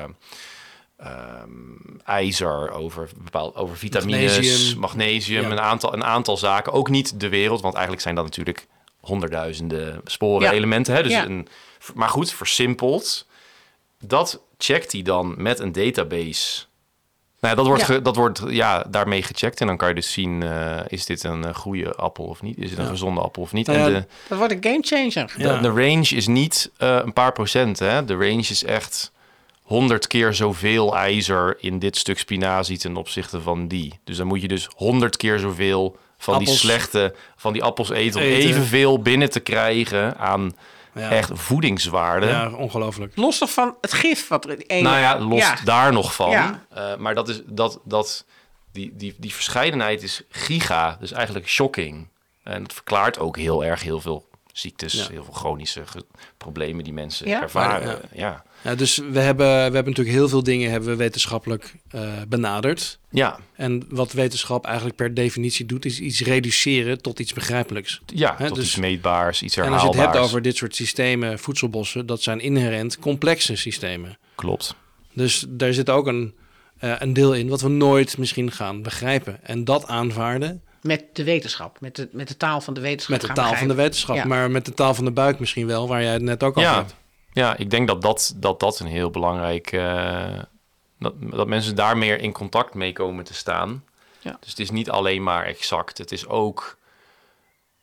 Um, ijzer, over, bepaald, over vitamines, magnesium, Magnesium. Ja. een, aantal, een aantal zaken. Ook niet de wereld, want eigenlijk zijn dat natuurlijk honderdduizenden sporen, Ja. elementen. Hè? Dus Ja. een, maar goed, versimpeld. Dat checkt hij dan met een database. Nou, ja, dat wordt, Ja. ge, dat wordt ja, daarmee gecheckt. En dan kan je dus zien, uh, is dit een uh, goede appel of niet? Is het een Ja. gezonde appel of niet? Nou ja, en de, Dat wordt een gamechanger. de, Ja. de range is niet uh, een paar procent. Hè? De range is echt honderd keer zoveel ijzer in dit stuk spinazie ten opzichte van die. Dus dan moet je dus honderd keer zoveel van Appels. die slechte, van die appels eten, om Eten. evenveel binnen te krijgen aan Ja. echt voedingswaarde. Ja, ongelooflijk. Los nog van het gif wat er in één... Nou ja, los Ja. daar nog van. Ja. Uh, maar dat is dat dat die, die, die verscheidenheid is giga, dus eigenlijk shocking. En het verklaart ook heel erg heel veel ziektes, Ja. heel veel chronische ge- problemen die mensen Ja. ervaren. Maar, ja. Ja, dus we hebben, we hebben natuurlijk heel veel dingen hebben we wetenschappelijk uh, benaderd. Ja. En wat wetenschap eigenlijk per definitie doet, is iets reduceren tot iets begrijpelijks. Ja, Hè, tot dus- iets meetbaars, iets En als herhaalbaars. je het hebt over dit soort systemen, voedselbossen, dat zijn inherent complexe systemen. Klopt. Dus daar zit ook een, uh, een deel in wat we nooit misschien gaan begrijpen. En dat aanvaarden Met de wetenschap, met de, met de taal van de wetenschap. met de gaan taal van de begrijpen. wetenschap, Ja. maar met de taal van de buik misschien wel, waar jij het net ook al Ja. had. Ja, ik denk dat dat, dat, dat een heel belangrijk... Uh, dat, dat mensen daar meer in contact mee komen te staan. Ja. Dus het is niet alleen maar exact. Het is ook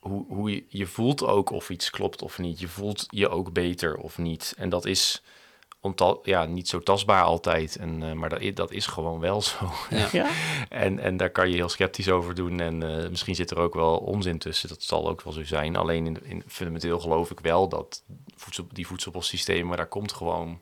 hoe, hoe je, je voelt ook of iets klopt of niet. Je voelt je ook beter of niet. En dat is ontal, ja, niet zo tastbaar altijd. En, uh, maar dat, dat is gewoon wel zo. Ja. Ja. en, en daar kan je heel sceptisch over doen. En uh, misschien zit er ook wel onzin tussen. Dat zal ook wel zo zijn. Alleen in, in, fundamenteel geloof ik wel dat voedsel, die voedselbossystemen, daar komt gewoon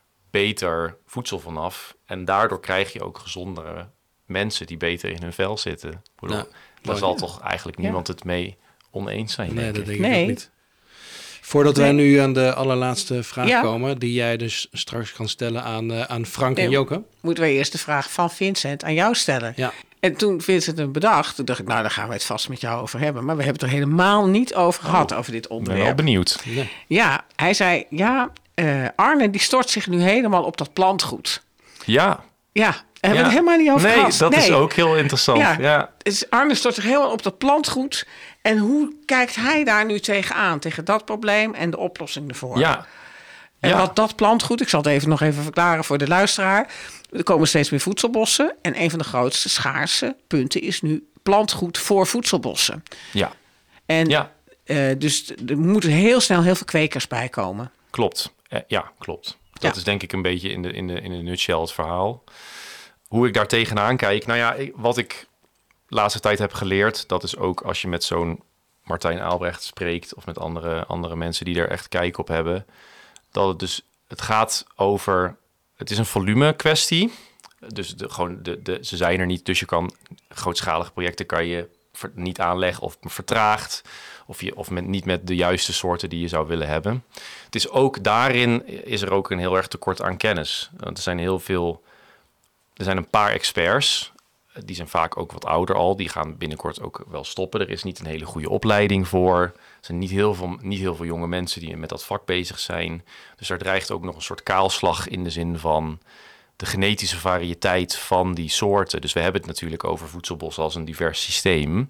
beter voedsel vanaf. En daardoor krijg je ook gezondere mensen die beter in hun vel zitten. Ik bedoel, Ja, daar ja. zal toch eigenlijk niemand het mee oneens zijn. Nee, denk dat ik. denk ik Nee. ook niet. Voordat Nee. wij nu aan de allerlaatste vraag Ja. komen, die jij dus straks kan stellen aan, uh, aan Frank Nee. en Joke. Moeten we eerst de vraag van Vincent aan jou stellen. Ja. En toen Vincent hem bedacht, toen dacht ik, nou, daar gaan we het vast met jou over hebben. Maar we hebben het er helemaal niet over gehad, over dit Ik ben onderwerp. wel benieuwd. Ja. Ja, hij zei, ja, uh, Arne die stort zich nu helemaal op dat plantgoed. Ja. Ja, daar hebben we Ja. het helemaal niet over nee, gehad. dat is ook heel interessant. Ja. Ja. Dus Arne stort zich helemaal op dat plantgoed. En hoe kijkt hij daar nu tegenaan? Tegen dat probleem en de oplossing ervoor? Ja. En Ja. wat dat plantgoed, ik zal het even nog even verklaren voor de luisteraar. Er komen steeds meer voedselbossen. En een van de grootste schaarse punten is nu plantgoed voor voedselbossen. Ja. En Ja. uh, dus er moeten heel snel heel veel kwekers bij komen. Klopt. Eh, ja, klopt. Dat Ja. is denk ik een beetje in de, in de, in de nutshell het verhaal. Hoe ik daar tegenaan kijk. Nou ja, ik, wat ik de laatste tijd heb geleerd, dat is ook als je met zo'n Martijn Aalbrecht spreekt of met andere, andere mensen die er echt kijk op hebben, dat het dus, het gaat over, het is een volume kwestie. Dus de, gewoon de, de, ze zijn er niet, dus je kan grootschalige projecten kan je ver, niet aanleggen of vertraagt. Of, je, of met, niet met de juiste soorten die je zou willen hebben. Het is ook daarin is er ook een heel erg tekort aan kennis. Want er zijn heel veel, er zijn een paar experts. Die zijn vaak ook wat ouder al. Die gaan binnenkort ook wel stoppen. Er is niet een hele goede opleiding voor. Er zijn niet heel veel, niet heel veel jonge mensen die met dat vak bezig zijn. Dus daar dreigt ook nog een soort kaalslag in de zin van de genetische variëteit van die soorten. Dus we hebben het natuurlijk over voedselbos als een divers systeem.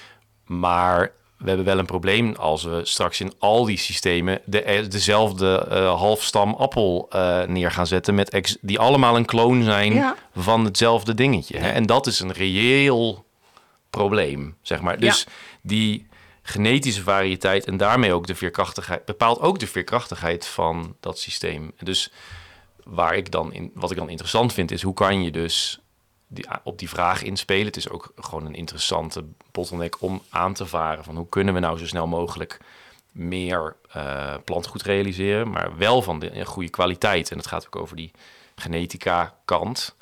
Maar we hebben wel een probleem als we straks in al die systemen de, dezelfde uh, halfstam appel uh, neer gaan zetten, met ex, die allemaal een kloon zijn ja. van hetzelfde dingetje. Hè? En dat is een reëel probleem, zeg maar. Dus ja. die genetische variëteit en daarmee ook de veerkrachtigheid bepaalt ook de veerkrachtigheid van dat systeem. Dus waar ik dan in, wat ik dan interessant vind, is hoe kan je dus Die, op die vraag inspelen. Het is ook gewoon een interessante bottleneck om aan te varen van hoe kunnen we nou zo snel mogelijk meer uh, plantgoed realiseren, maar wel van de een goede kwaliteit. En het gaat ook over die genetica kant.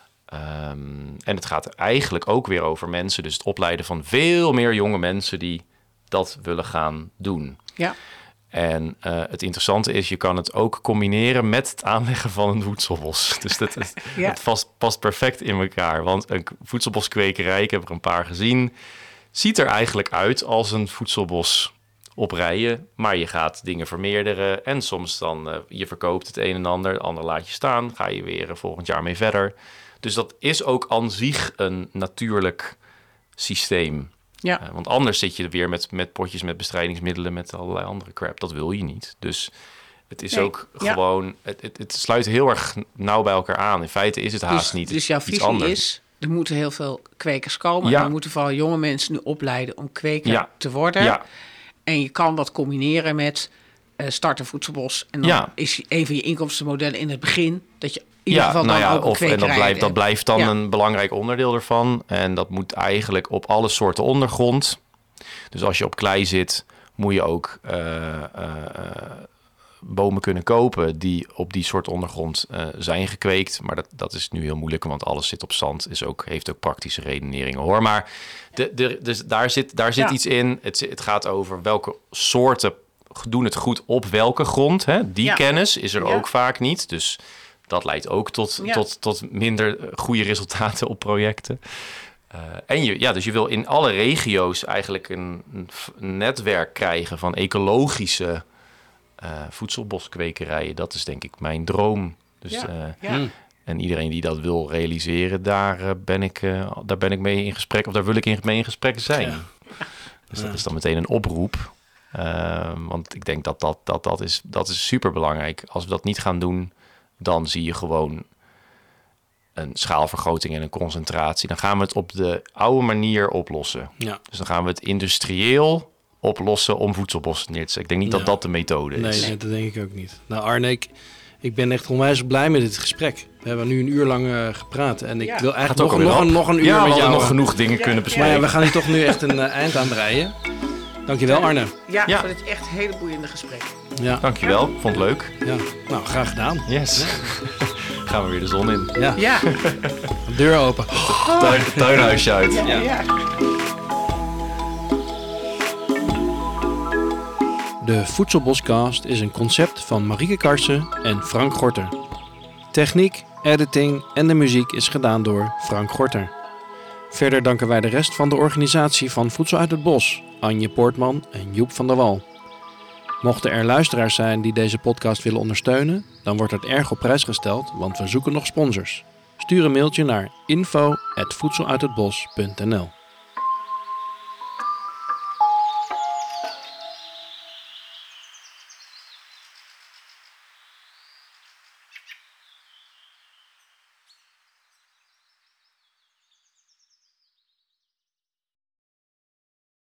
Um, en het gaat eigenlijk ook weer over mensen, dus het opleiden van veel meer jonge mensen die dat willen gaan doen. Ja. En uh, het interessante is, je kan het ook combineren met het aanleggen van een voedselbos. Dus dat, het, ja. het vast, past perfect in elkaar. Want een voedselboskwekerij, ik heb er een paar gezien, ziet er eigenlijk uit als een voedselbos op rijen. Maar je gaat dingen vermeerderen en soms dan, uh, je verkoopt het een en ander, het ander laat je staan, ga je weer uh, volgend jaar mee verder. Dus dat is ook aan zich een natuurlijk systeem. Ja. Uh, want anders zit je weer met, met potjes met bestrijdingsmiddelen, met allerlei andere crap. Dat wil je niet. Dus het is nee. ook ja. gewoon, het, het, het sluit heel erg nauw bij elkaar aan. In feite is het haast dus, niet Dus jouw visie anders. is, er moeten heel veel kwekers komen. Ja. En we moeten vooral jonge mensen nu opleiden om kweker ja. te worden. Ja. En je kan dat combineren met uh, start een voedselbos. En dan ja. is een van je inkomstenmodellen in het begin dat je in ieder ja, geval nou dan ja, ook een of, en dat blijft, dat blijft dan ja. een belangrijk onderdeel ervan. En dat moet eigenlijk op alle soorten ondergrond. Dus als je op klei zit, moet je ook uh, uh, bomen kunnen kopen die op die soort ondergrond uh, zijn gekweekt. Maar dat, dat is nu heel moeilijk, want alles zit op zand. Is ook, heeft ook praktische redeneringen hoor. Maar de, de, dus daar zit, daar zit ja. iets in. Het, het gaat over welke soorten doen het goed op welke grond. Hè? Die ja. kennis is er ja. ook vaak niet. Dus dat leidt ook tot, ja. tot, tot minder goede resultaten op projecten. Uh, en je, ja, dus je wil in alle regio's eigenlijk een, een netwerk krijgen van ecologische uh, voedselboskwekerijen. Dat is denk ik mijn droom. Dus, ja. Uh, ja. En iedereen die dat wil realiseren, daar, uh, ben, ik, uh, daar ben ik mee in gesprek, of daar wil ik in, mee in gesprek zijn. Ja. Dus dat ja. is dan meteen een oproep. Uh, want ik denk dat dat, dat, dat, is, dat is super belangrijk. Als we dat niet gaan doen, dan zie je gewoon een schaalvergroting en een concentratie. Dan gaan we het op de oude manier oplossen. Ja. Dus dan gaan we het industrieel oplossen om voedselbossen neer te zetten. Ik denk niet Ja. dat dat de methode is. Nee, nee, dat denk ik ook niet. Nou Arne, ik, ik ben echt onwijs blij met dit gesprek. We hebben nu een uur lang uh, gepraat. En ik Ja. wil Gaat eigenlijk ook nog, alweer nog, een, rap. nog een uur Ja, we met hadden jou. nog genoeg dingen Ja, kunnen ja. bespreken. Maar ja, we gaan hier toch nu echt een uh, eind aan breien. Dankjewel Arne. Ja, Ja. ik vond het echt een hele boeiende gesprek. Ja, Dankjewel, ik vond het leuk. ja. Nou, graag gedaan. Yes. Gaan we weer de zon in. Ja, Ja, deur open. Tuin, tuinhuisje uit. ja, ja. De Voedselboscast is een concept van Marieke Karsen en Frank Gorter. Techniek, editing en de muziek is gedaan door Frank Gorter. Verder danken wij de rest van de organisatie van Voedsel uit het Bos, Anje Poortman en Joep van der Wal. Mochten er luisteraars zijn die deze podcast willen ondersteunen, dan wordt het erg op prijs gesteld, want we zoeken nog sponsors. Stuur een mailtje naar info at voedseluithetbos punt n l.